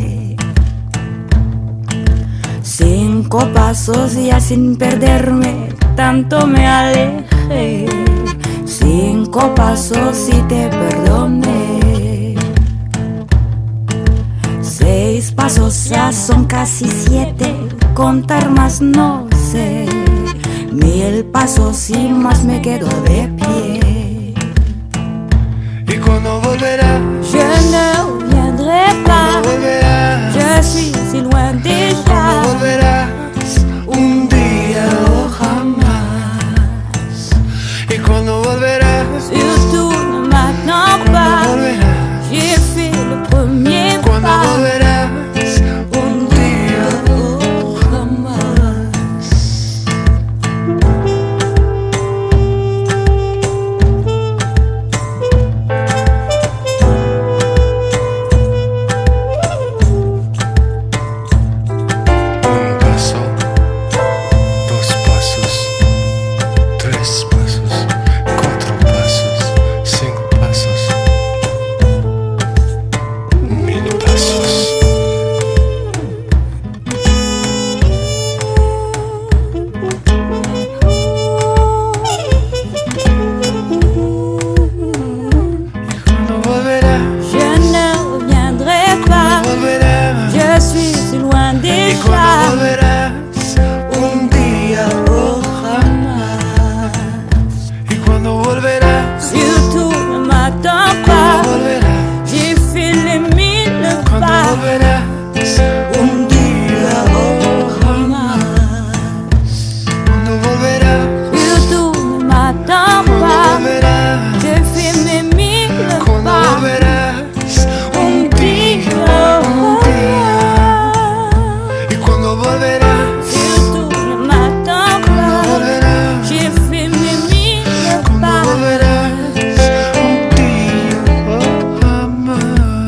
J: Cinco pasos ya sin perderme, tanto me alejé. Cinco pasos y te perdoné. Seis pasos ya son casi 7, contar más no sé. 1000 pasos y más me quedo de pie.
E: ¿Y cuando volverás?
J: Je ne reviendrai pas.
E: Volverás.
J: Je suis si loin déjà.
E: Volverás un día o jamás. ¿Y cuando volverás?
J: Surtout ne m'attends pas.
E: Volverás.
J: J'ai fait le premier
E: Cuando
J: pas.
E: volverás un día
J: Oh, jamás.
G: cuando volverás un día o jamás. Y cuando volverás,
J: Tu ne m'attends
G: cuando
J: pas,
G: volverás,
J: j'ai fait les 1000
G: cuando
J: pas.
G: volverás un día o jamás. Cuando volverás,
J: Tu ne m'attends
G: cuando
J: pas,
G: volverás,
J: j'ai fait mes 1000
G: cuando
J: pas.
G: volverás un día, un día. Y cuando volverás,
J: Tu ne m'attends
G: cuando
J: pas,
G: volverás,
J: j'ai fait mes 1000
G: cuando
J: pas.
G: volverás un día o jamás.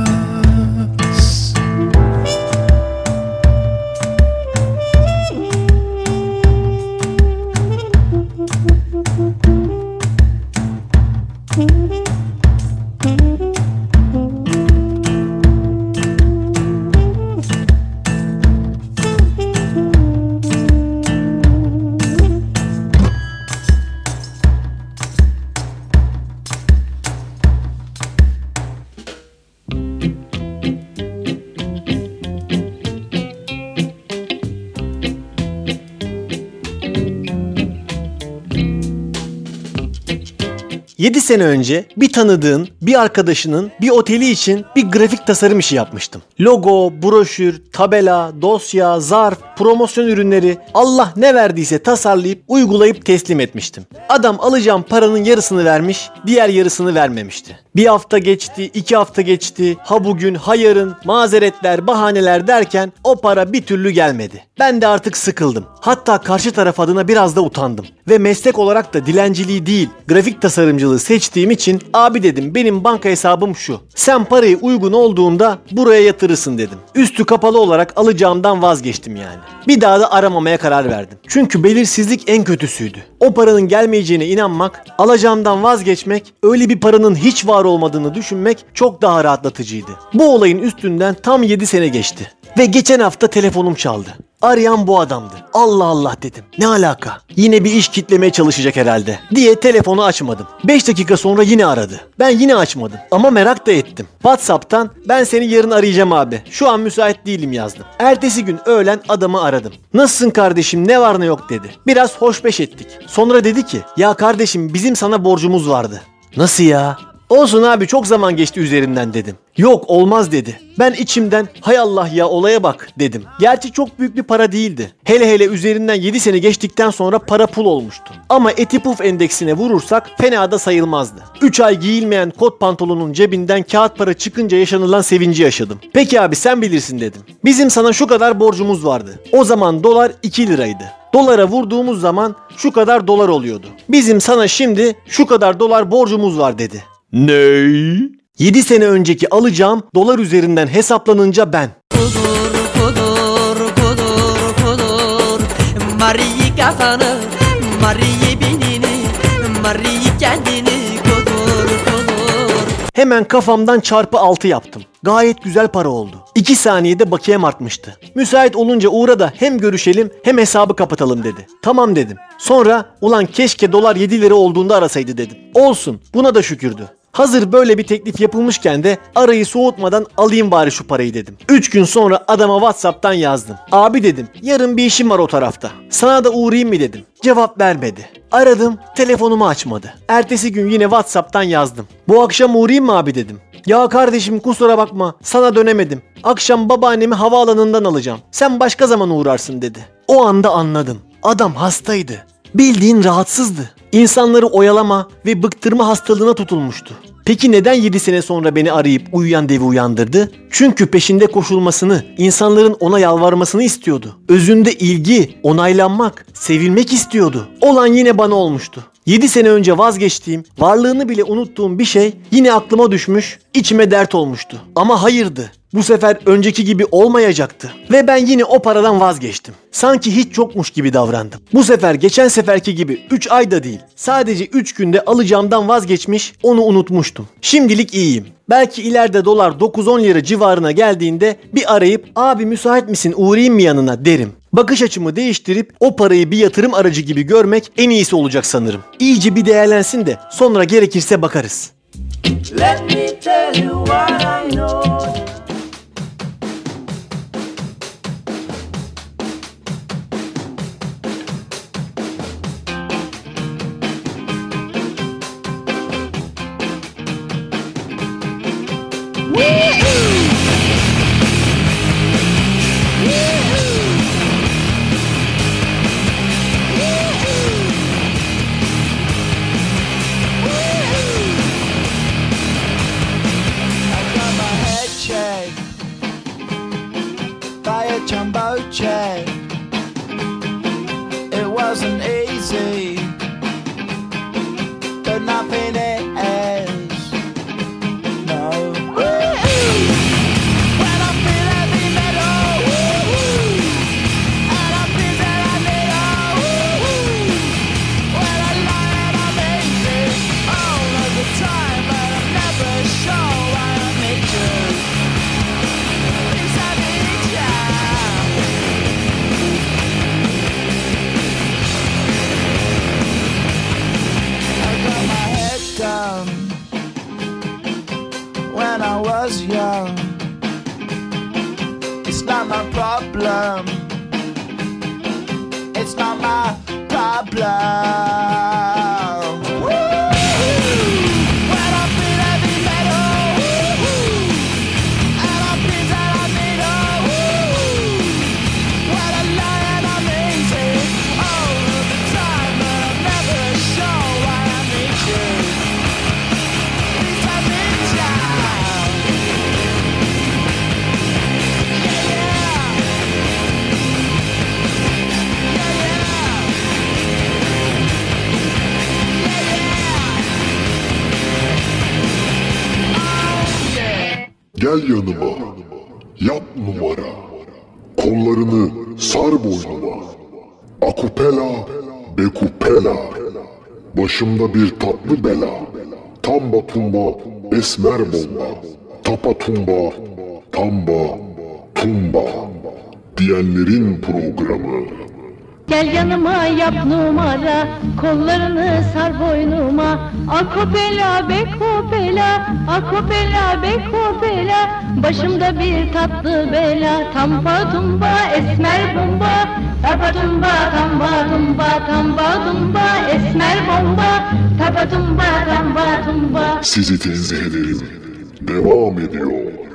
C: Yedi sene önce bir tanıdığın, bir arkadaşının bir oteli için bir grafik tasarım işi yapmıştım. Logo, broşür, tabela, dosya, zarf, promosyon ürünleri, Allah ne verdiyse tasarlayıp uygulayıp teslim etmiştim. Adam alacağım paranın yarısını vermiş, diğer yarısını vermemişti. Bir hafta geçti, 2 hafta geçti, ha bugün ha yarın, mazeretler, bahaneler derken o para bir türlü gelmedi. Ben de artık sıkıldım. Hatta karşı taraf adına biraz da utandım. Ve meslek olarak da dilenciliği değil, grafik tasarımcılığı seçtiğim için abi dedim benim banka hesabım şu. Sen parayı uygun olduğunda buraya yatırırsın dedim. Üstü kapalı olarak alacağımdan vazgeçtim yani. Bir daha da aramamaya karar verdim. Çünkü belirsizlik en kötüsüydü. O paranın gelmeyeceğine inanmak, alacağımdan vazgeçmek, öyle bir paranın hiç var olmadığını düşünmek çok daha rahatlatıcıydı. Bu olayın üstünden tam 7 sene geçti. Ve geçen hafta telefonum çaldı. Arayan bu adamdı. Allah Allah dedim. Ne alaka? Yine bir iş kitlemeye çalışacak herhalde diye telefonu açmadım. 5 dakika sonra yine aradı. Ben yine açmadım ama merak da ettim. WhatsApp'tan ben seni yarın arayacağım abi. Şu an müsait değilim yazdım. Ertesi gün öğlen adamı aradım. Nasılsın kardeşim, ne var ne yok dedi. Biraz hoşbeş ettik. Sonra dedi ki ya kardeşim bizim sana borcumuz vardı. Nasıl ya? Olsun abi çok zaman geçti üzerinden dedim. Yok olmaz dedi. Ben içimden hay Allah ya olaya bak dedim. Gerçi çok büyük bir para değildi. Hele hele üzerinden 7 sene geçtikten sonra para pul olmuştu. Ama eti puf endeksine vurursak fena da sayılmazdı. 3 ay giyilmeyen kot pantolonun cebinden kağıt para çıkınca yaşanılan sevinci yaşadım. Peki abi sen bilirsin dedim. Bizim sana şu kadar borcumuz vardı. O zaman dolar 2 liraydı. Dolara vurduğumuz zaman şu kadar dolar oluyordu. Bizim sana şimdi şu kadar dolar borcumuz var dedi. Ney? 7 sene önceki alacağım dolar üzerinden hesaplanınca ben.
H: Mari'yi kafanı, Mari'yi binini, Mari'yi kendini kudur.
C: Hemen kafamdan çarpı 6 yaptım. Gayet güzel para oldu. 2 saniyede bakiyem artmıştı. Müsait olunca uğra da hem görüşelim hem hesabı kapatalım dedi. Tamam dedim. Sonra ulan keşke dolar 7 lira olduğunda arasaydı dedim. Olsun, buna da şükürdü. Hazır böyle bir teklif yapılmışken de arayı soğutmadan alayım bari şu parayı dedim. 3 gün sonra adama WhatsApp'tan yazdım. Abi dedim yarın bir işim var o tarafta. Sana da uğrayayım mı dedim. Cevap vermedi. Aradım, telefonumu açmadı. Ertesi gün yine WhatsApp'tan yazdım. Bu akşam uğrayayım mı abi dedim. Ya kardeşim kusura bakma sana dönemedim. Akşam babaannemi havaalanından alacağım. Sen başka zaman uğrarsın dedi. O anda anladım. Adam hastaydı. Bildiğin rahatsızdı. İnsanları oyalama ve bıktırma hastalığına tutulmuştu. Peki neden 7 sene sonra beni arayıp uyuyan devi uyandırdı? Çünkü peşinde koşulmasını, insanların ona yalvarmasını istiyordu. Özünde ilgi, onaylanmak, sevilmek istiyordu. Olan yine bana olmuştu. 7 sene önce vazgeçtiğim, varlığını bile unuttuğum bir şey yine aklıma düşmüş, içime dert olmuştu. Ama hayırdı. Bu sefer önceki gibi olmayacaktı. Ve ben yine o paradan vazgeçtim. Sanki hiç yokmuş gibi davrandım. Bu sefer geçen seferki gibi 3 ayda değil, sadece 3 günde alacağımdan vazgeçmiş, onu unutmuştum. Şimdilik iyiyim. Belki ileride dolar 9-10 lira civarına geldiğinde bir arayıp abi müsait misin uğrayayım mı yanına derim. Bakış açımı değiştirip o parayı bir yatırım aracı gibi görmek en iyisi olacak sanırım. İyice bir değerlensin de sonra gerekirse bakarız.
H: Let me tell you what I know.
G: project. It wasn't easy, but nothing is. No. When I feel heavy metal, and I feel that I need when I lie and I'm easy all of the time, but I'm never sure why I need you. Because I need you. I got my head down when I was young. It's not my problem. It's not my problem. When I feel heavy metal, and I feel that I need when I lie and I'm easy all of the time, but I'm never sure why I need you. Because I need you.
F: Gel yanıma, yap numara. Kollarını sar boynuma. Akupela, bekupela. Başımda bir tatlı bela. Tamba tumba, esmer bomba. Tapa tumba, tamba, tumba. Diyenlerin programı.
K: Gel yanıma yap numara, kollarını sar boynuma. Akopela bekopela, akopela bekopela. Başımda bir tatlı bela, tampa tumba esmer bomba. Tapa tumba tamba tumba, tamba tumba esmer bomba. Tapa tumba tamba tumba.
F: Sizi tenzih ederim. Devam ediyor.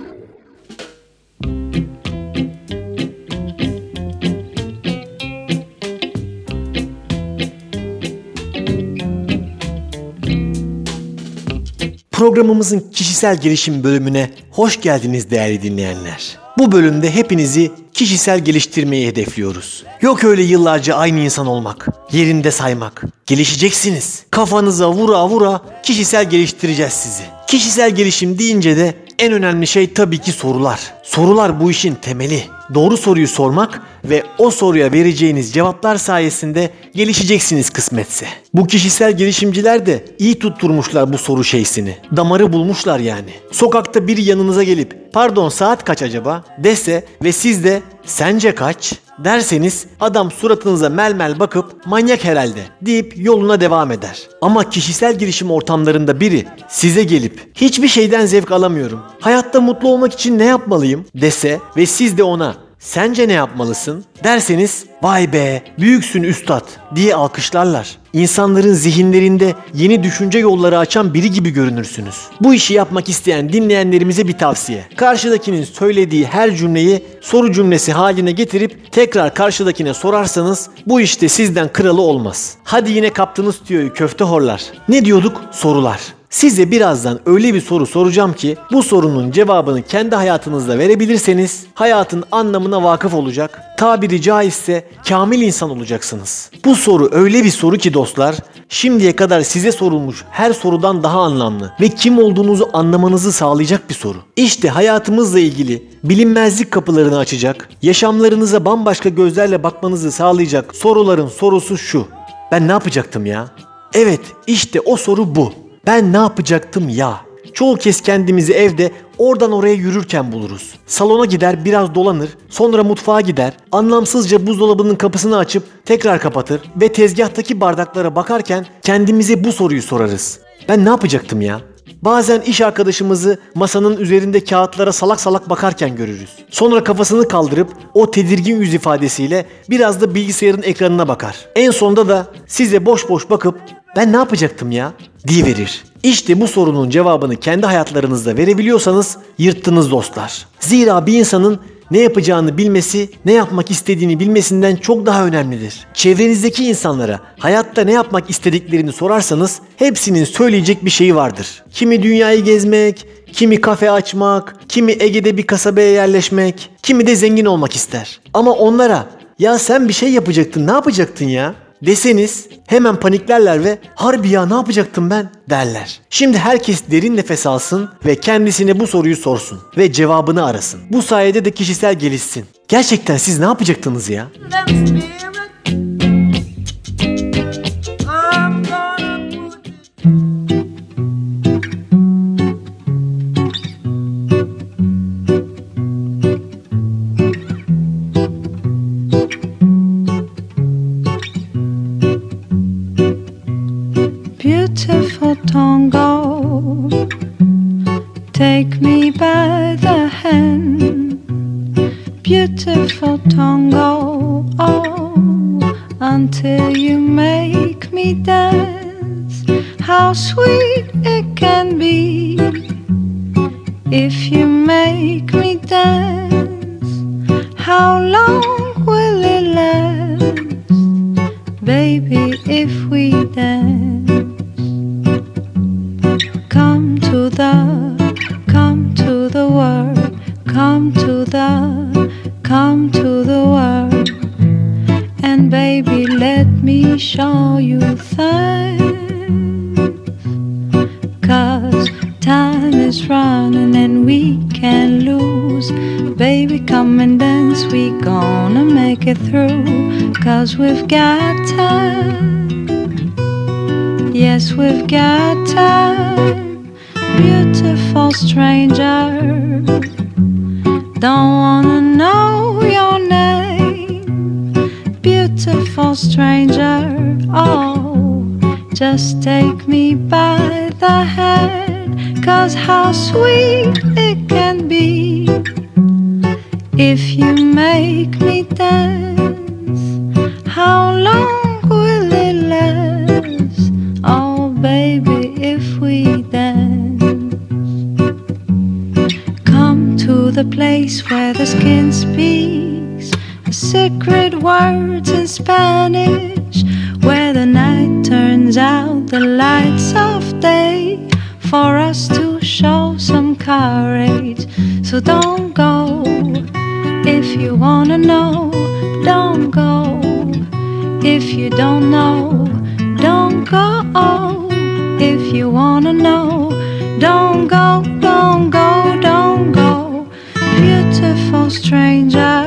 C: Programımızın kişisel gelişim bölümüne hoş geldiniz değerli dinleyenler. Bu bölümde hepinizi kişisel geliştirmeyi hedefliyoruz. Yok öyle yıllarca aynı insan olmak, yerinde saymak. Gelişeceksiniz. Kafanıza vura vura kişisel geliştireceğiz sizi. Kişisel gelişim deyince de en önemli şey tabii ki sorular. Sorular bu işin temeli. Doğru soruyu sormak ve o soruya vereceğiniz cevaplar sayesinde gelişeceksiniz kısmetse. Bu kişisel gelişimciler de iyi tutturmuşlar bu soru şeysini. Damarı bulmuşlar yani. Sokakta biri yanınıza gelip "Pardon, saat kaç acaba?" dese ve siz de "Sence kaç?" derseniz adam suratınıza melmel bakıp "Manyak herhalde" deyip yoluna devam eder. Ama kişisel gelişim ortamlarında biri size gelip "Hiçbir şeyden zevk alamıyorum. Hayatta mutlu olmak için ne yapmalıyım?" dese ve siz de ona "Sence ne yapmalısın?" derseniz "Vay be, büyüksün üstad" diye alkışlarlar. İnsanların zihinlerinde yeni düşünce yolları açan biri gibi görünürsünüz. Bu işi yapmak isteyen dinleyenlerimize bir tavsiye. Karşıdakinin söylediği her cümleyi soru cümlesi haline getirip tekrar karşıdakine sorarsanız bu işte sizden kralı olmaz. Hadi yine kaptınız tüyoyu köfte horlar. Ne diyorduk? Sorular. Size birazdan öyle bir soru soracağım ki bu sorunun cevabını kendi hayatınızda verebilirseniz hayatın anlamına vakıf olacak, tabiri caizse kamil insan olacaksınız. Bu soru öyle bir soru ki dostlar, şimdiye kadar size sorulmuş her sorudan daha anlamlı ve kim olduğunuzu anlamanızı sağlayacak bir soru. İşte hayatımızla ilgili bilinmezlik kapılarını açacak, yaşamlarınıza bambaşka gözlerle bakmanızı sağlayacak soruların sorusu şu: ben ne yapacaktım ya? Evet, işte o soru bu. Ben ne yapacaktım ya? Çoğu kez kendimizi evde oradan oraya yürürken buluruz. Salona gider, biraz dolanır, sonra mutfağa gider, anlamsızca buzdolabının kapısını açıp tekrar kapatır ve tezgahtaki bardaklara bakarken kendimize bu soruyu sorarız. Ben ne yapacaktım ya? Bazen iş arkadaşımızı masanın üzerinde kağıtlara salak salak bakarken görürüz. Sonra kafasını kaldırıp o tedirgin yüz ifadesiyle biraz da bilgisayarın ekranına bakar. En sonunda da size boş boş bakıp "Ben ne yapacaktım ya?" diyiverir. İşte bu sorunun cevabını kendi hayatlarınızda verebiliyorsanız yırttınız dostlar. Zira bir insanın ne yapacağını bilmesi, ne yapmak istediğini bilmesinden çok daha önemlidir. Çevrenizdeki insanlara hayatta ne yapmak istediklerini sorarsanız hepsinin söyleyecek bir şeyi vardır. Kimi dünyayı gezmek, Kimi kafe açmak, kimi Ege'de bir kasabaya yerleşmek, kimi de zengin olmak ister. Ama onlara ya sen bir şey yapacaktın, ne yapacaktın ya deseniz hemen paniklerler ve harbi ya ne yapacaktım ben derler. Şimdi herkes derin nefes alsın ve kendisine bu soruyu sorsun ve cevabını arasın. Bu sayede de kişisel gelişsin. Gerçekten siz ne yapacaktınız ya?
J: Beautiful tango, take me by the hand. Beautiful tango, oh, until you make me dance. How sweet it can be if you make me dance. How long will it last, baby, if we dance? Come to the world, come to the world, and baby, let me show you things. 'Cause time is running and we can't lose. Baby, come and dance, we gonna make it through. 'Cause we've got time, yes, we've got time. Beautiful stranger, don't wanna know your name. Beautiful stranger, oh, just take me by the hand. 'Cause how sweet it can be if you make me dance. How long will it last, oh baby, if we dance? The place where the skin speaks the secret words in Spanish, where the night turns out the lights of day, for us to show some courage. So don't go if you wanna know, don't go if you don't know, don't go if you wanna know, don't go, don't go, don't go. Beautiful stranger,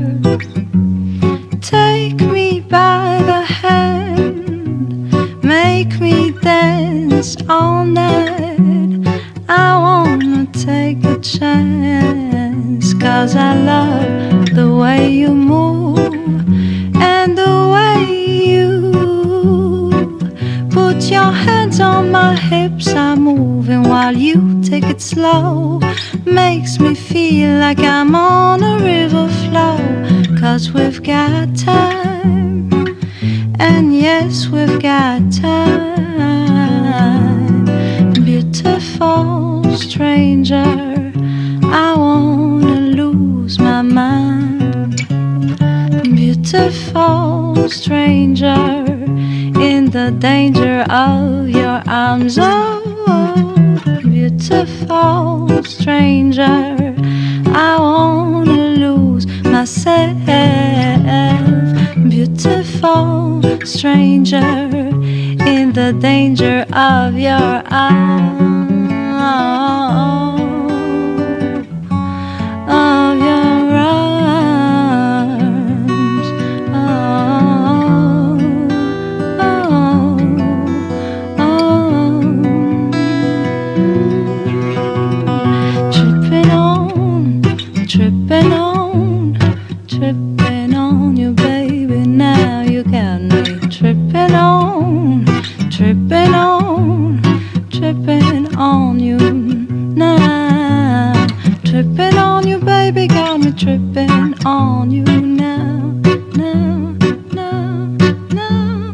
J: take me by the hand, make me dance all night. I wanna take a chance, 'cause I love the way you move and the way you put your hands on my hips. I'm moving while you take it slow. Makes me feel like I'm on a river flow. 'Cause we've got time, and yes, we've got time. Beautiful stranger, I wanna lose my mind. Beautiful stranger, in the danger of your arms, oh, beautiful stranger, I wanna lose myself. Beautiful stranger, in the danger of your arms, of your arms, tripping on you, baby. Now you got me tripping on you now. Tripping on you, baby, got me tripping on you now, now, now, now.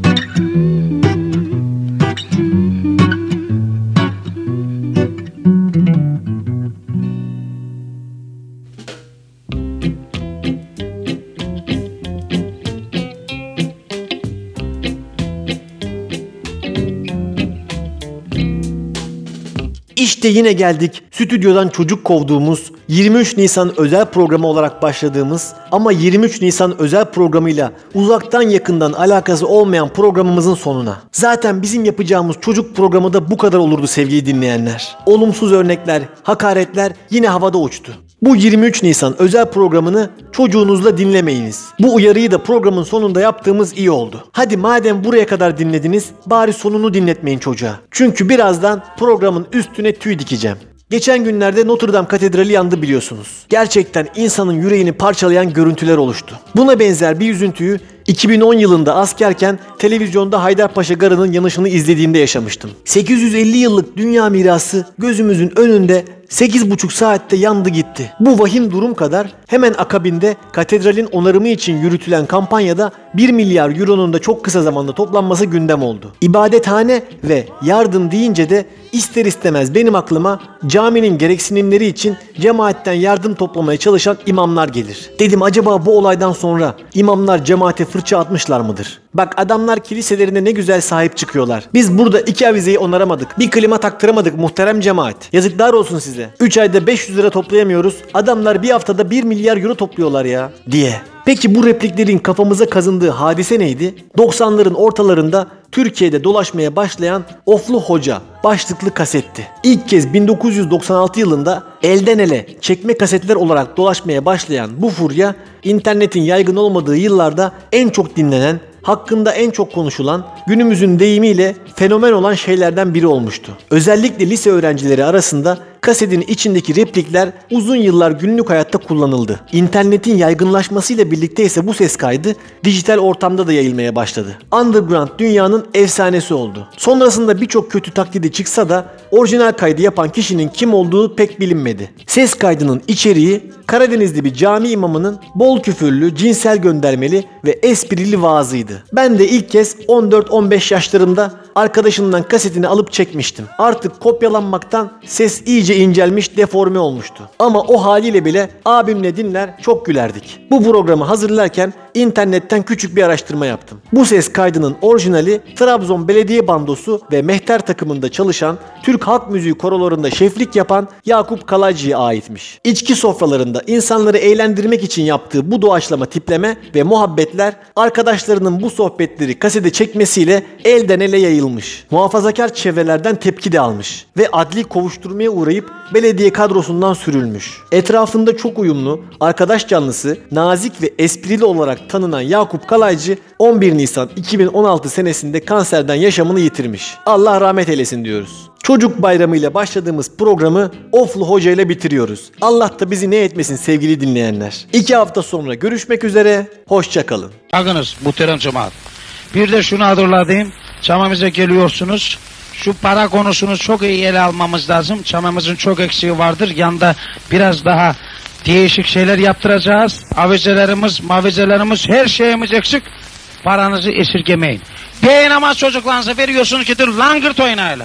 C: İşte yine geldik stüdyodan çocuk kovduğumuz, 23 Nisan özel programı olarak başladığımız ama 23 Nisan özel programıyla uzaktan yakından alakası olmayan programımızın sonuna. Zaten bizim yapacağımız çocuk programı da bu kadar olurdu sevgili dinleyenler. Olumsuz örnekler, hakaretler yine havada uçtu. Bu 23 Nisan özel programını çocuğunuzla dinlemeyiniz. Bu uyarıyı da programın sonunda yaptığımız iyi oldu. Hadi madem buraya kadar dinlediniz, bari sonunu dinletmeyin çocuğa. Çünkü birazdan programın üstüne tüy dikeceğim. Geçen günlerde Notre Dame Katedrali yandı biliyorsunuz. Gerçekten insanın yüreğini parçalayan görüntüler oluştu. Buna benzer bir üzüntüyü 2010 yılında askerken televizyonda Haydarpaşa Garı'nın yanışını izlediğimde yaşamıştım. 850 yıllık dünya mirası gözümüzün önünde 8,5 saatte yandı gitti. Bu vahim durum kadar hemen akabinde katedralin onarımı için yürütülen kampanyada 1 milyar euronun da çok kısa zamanda toplanması gündem oldu. İbadethane ve yardım deyince de ister istemez benim aklıma caminin gereksinimleri için cemaatten yardım toplamaya çalışan imamlar gelir. Dedim acaba bu olaydan sonra imamlar cemaate fırça atmışlar mıdır? Bak adamlar kiliselerine ne güzel sahip çıkıyorlar. Biz burada 2 avizeyi onaramadık. Bir klima taktıramadık muhterem cemaat. Yazıklar olsun size. 3 ayda 500 lira toplayamıyoruz. Adamlar bir haftada 1 milyar euro topluyorlar ya diye. Peki bu repliklerin kafamıza kazındığı hadise neydi? 90'ların ortalarında Türkiye'de dolaşmaya başlayan Oflu Hoca başlıklı kasetti. İlk kez 1996 yılında elden ele çekme kasetler olarak dolaşmaya başlayan bu furya internetin yaygın olmadığı yıllarda en çok dinlenen, hakkında en çok konuşulan, günümüzün deyimiyle fenomen olan şeylerden biri olmuştu. Özellikle lise öğrencileri arasında kasetin içindeki replikler uzun yıllar günlük hayatta kullanıldı. İnternetin yaygınlaşmasıyla birlikte ise bu ses kaydı dijital ortamda da yayılmaya başladı. Underground dünyanın efsanesi oldu. Sonrasında birçok kötü taklidi çıksa da orijinal kaydı yapan kişinin kim olduğu pek bilinmedi. Ses kaydının içeriği Karadenizli bir cami imamının bol küfürlü, cinsel göndermeli ve esprili vaazıydı. Ben de ilk kez 14-15 yaşlarımda arkadaşımdan kasetini alıp çekmiştim. Artık kopyalanmaktan ses iyice incelmiş, deforme olmuştu. Ama o haliyle bile abimle dinler çok gülerdik. Bu programı hazırlarken internetten küçük bir araştırma yaptım. Bu ses kaydının orijinali Trabzon Belediye Bandosu ve Mehter takımında çalışan, Türk halk müziği korolarında şeflik yapan Yakup Kalaycı'ya aitmiş. İçki sofralarında insanları eğlendirmek için yaptığı bu doğaçlama tipleme ve muhabbetler arkadaşlarının bu sohbetleri kasete çekmesiyle elden ele yayılmış. Muhafazakar çevrelerden tepki de almış ve adli kovuşturmaya uğrayıp belediye kadrosundan sürülmüş. Etrafında çok uyumlu, arkadaş canlısı, nazik ve esprili olarak tanınan Yakup Kalaycı 11 Nisan 2016 senesinde kanserden yaşamını yitirmiş. Allah rahmet eylesin diyoruz. Çocuk bayramıyla başladığımız programı Oflu Hoca ile bitiriyoruz. Allah da bizi ne etmesin sevgili dinleyenler. 2 hafta sonra görüşmek üzere, hoşça kalın.
L: Bakınız muhterem cemaat. Bir de şunu hatırlatayım. Çamamıza geliyorsunuz. Şu para konusunu çok iyi ele almamız lazım. Çamamızın çok eksiği vardır. Yanında biraz daha değişik şeyler yaptıracağız. Avizelerimiz, mavizelerimiz, her şeyimiz eksik. Paranızı esirgemeyin. Beğenemez çocuklarınıza veriyorsunuz ki langırt oynayla.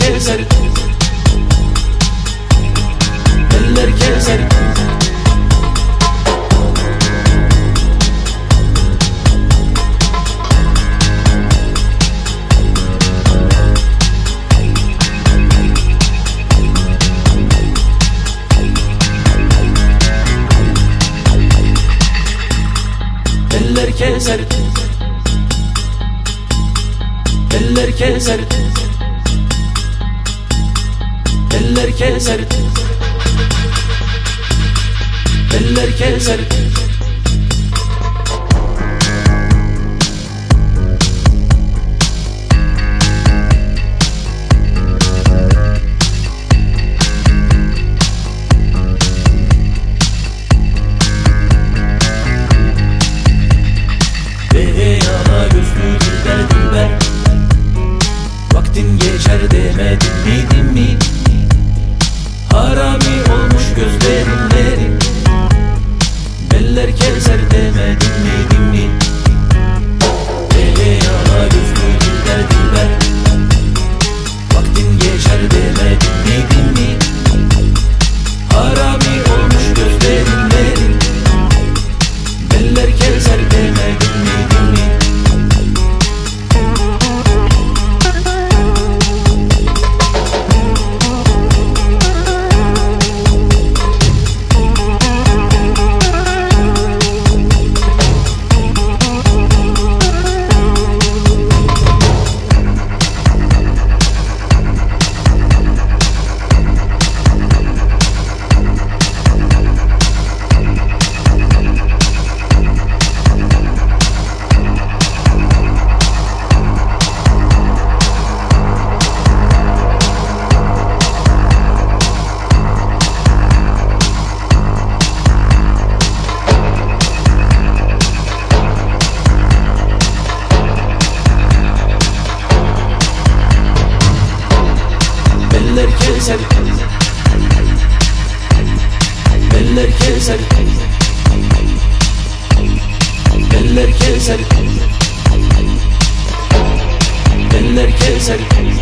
H: keser, eller keser. Eller keser, eller keser, eller keser, eller keser. Yana gözlü dilber dilber, vaktin geçer demedim miydim mi? Harami olmuş gözlerimlerin, beller keser demedim miydim mi? Yana gözlü dilber dilber, vaktin geçer demedim miydim mi? Harami olmuş gözlerimlerin, beller keser demedim miydim mi? Beller keser, beller keser, beller keser, beller keser.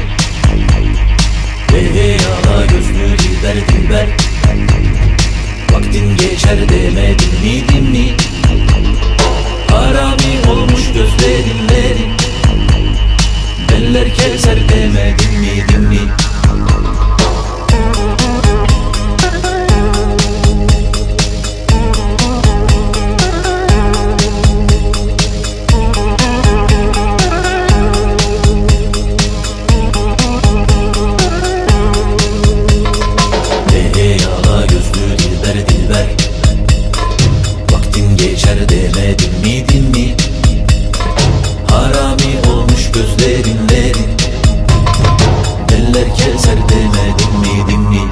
H: Yana gözlü dilber dilber, vaktin geçer demedim miydim mi? Harami olmuş gözlerimlerin, beller keser demedim miydim mi? Yana gözlü dilber dilber, vaktin geçer demedim miydim mi? Harami olmuş gözlerimlerin, beller keser demedim miydim mi?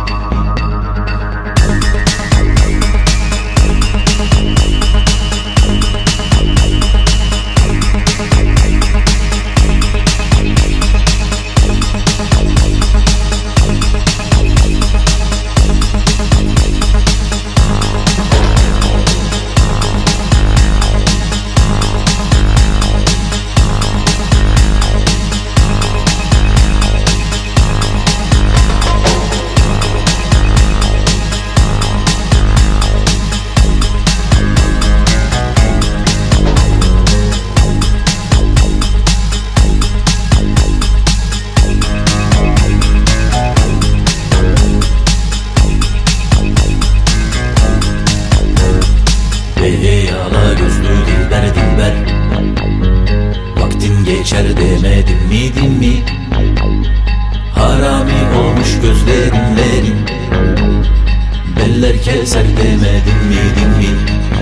H: Yana gözlü dilber dilber, vaktin geçer demedim miydim mi? Harami olmuş gözlerimlerin, beller keser demedim miydim mi?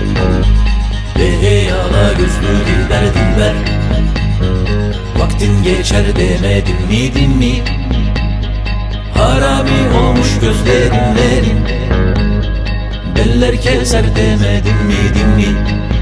H: Yana gözlü dilber dilber, vaktin geçer demedim miydim mi? Harami olmuş gözlerimlerin, beller keser demedim miydim mi?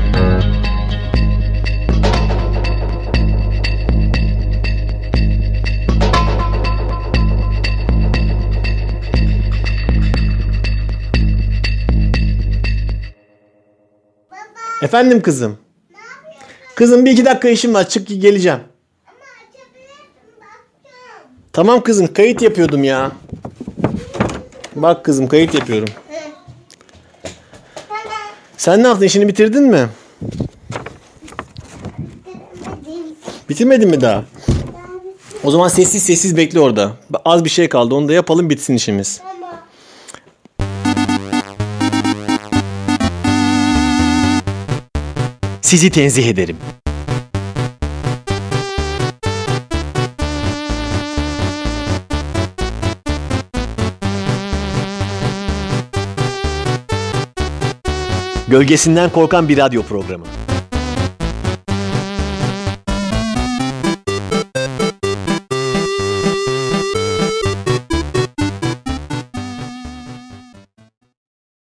C: Efendim kızım. Kızım bir iki dakika işim var. Çık geleceğim. Tamam kızım, kayıt yapıyordum ya. Bak kızım, kayıt yapıyorum. Sen ne yaptın? İşini bitirdin mi? Bitirmedin mi daha? O zaman sessiz sessiz bekle orada. Az bir şey kaldı. Onu da yapalım, bitsin işimiz. Sizi tenzih ederim. Gölgesinden korkan bir radyo programı.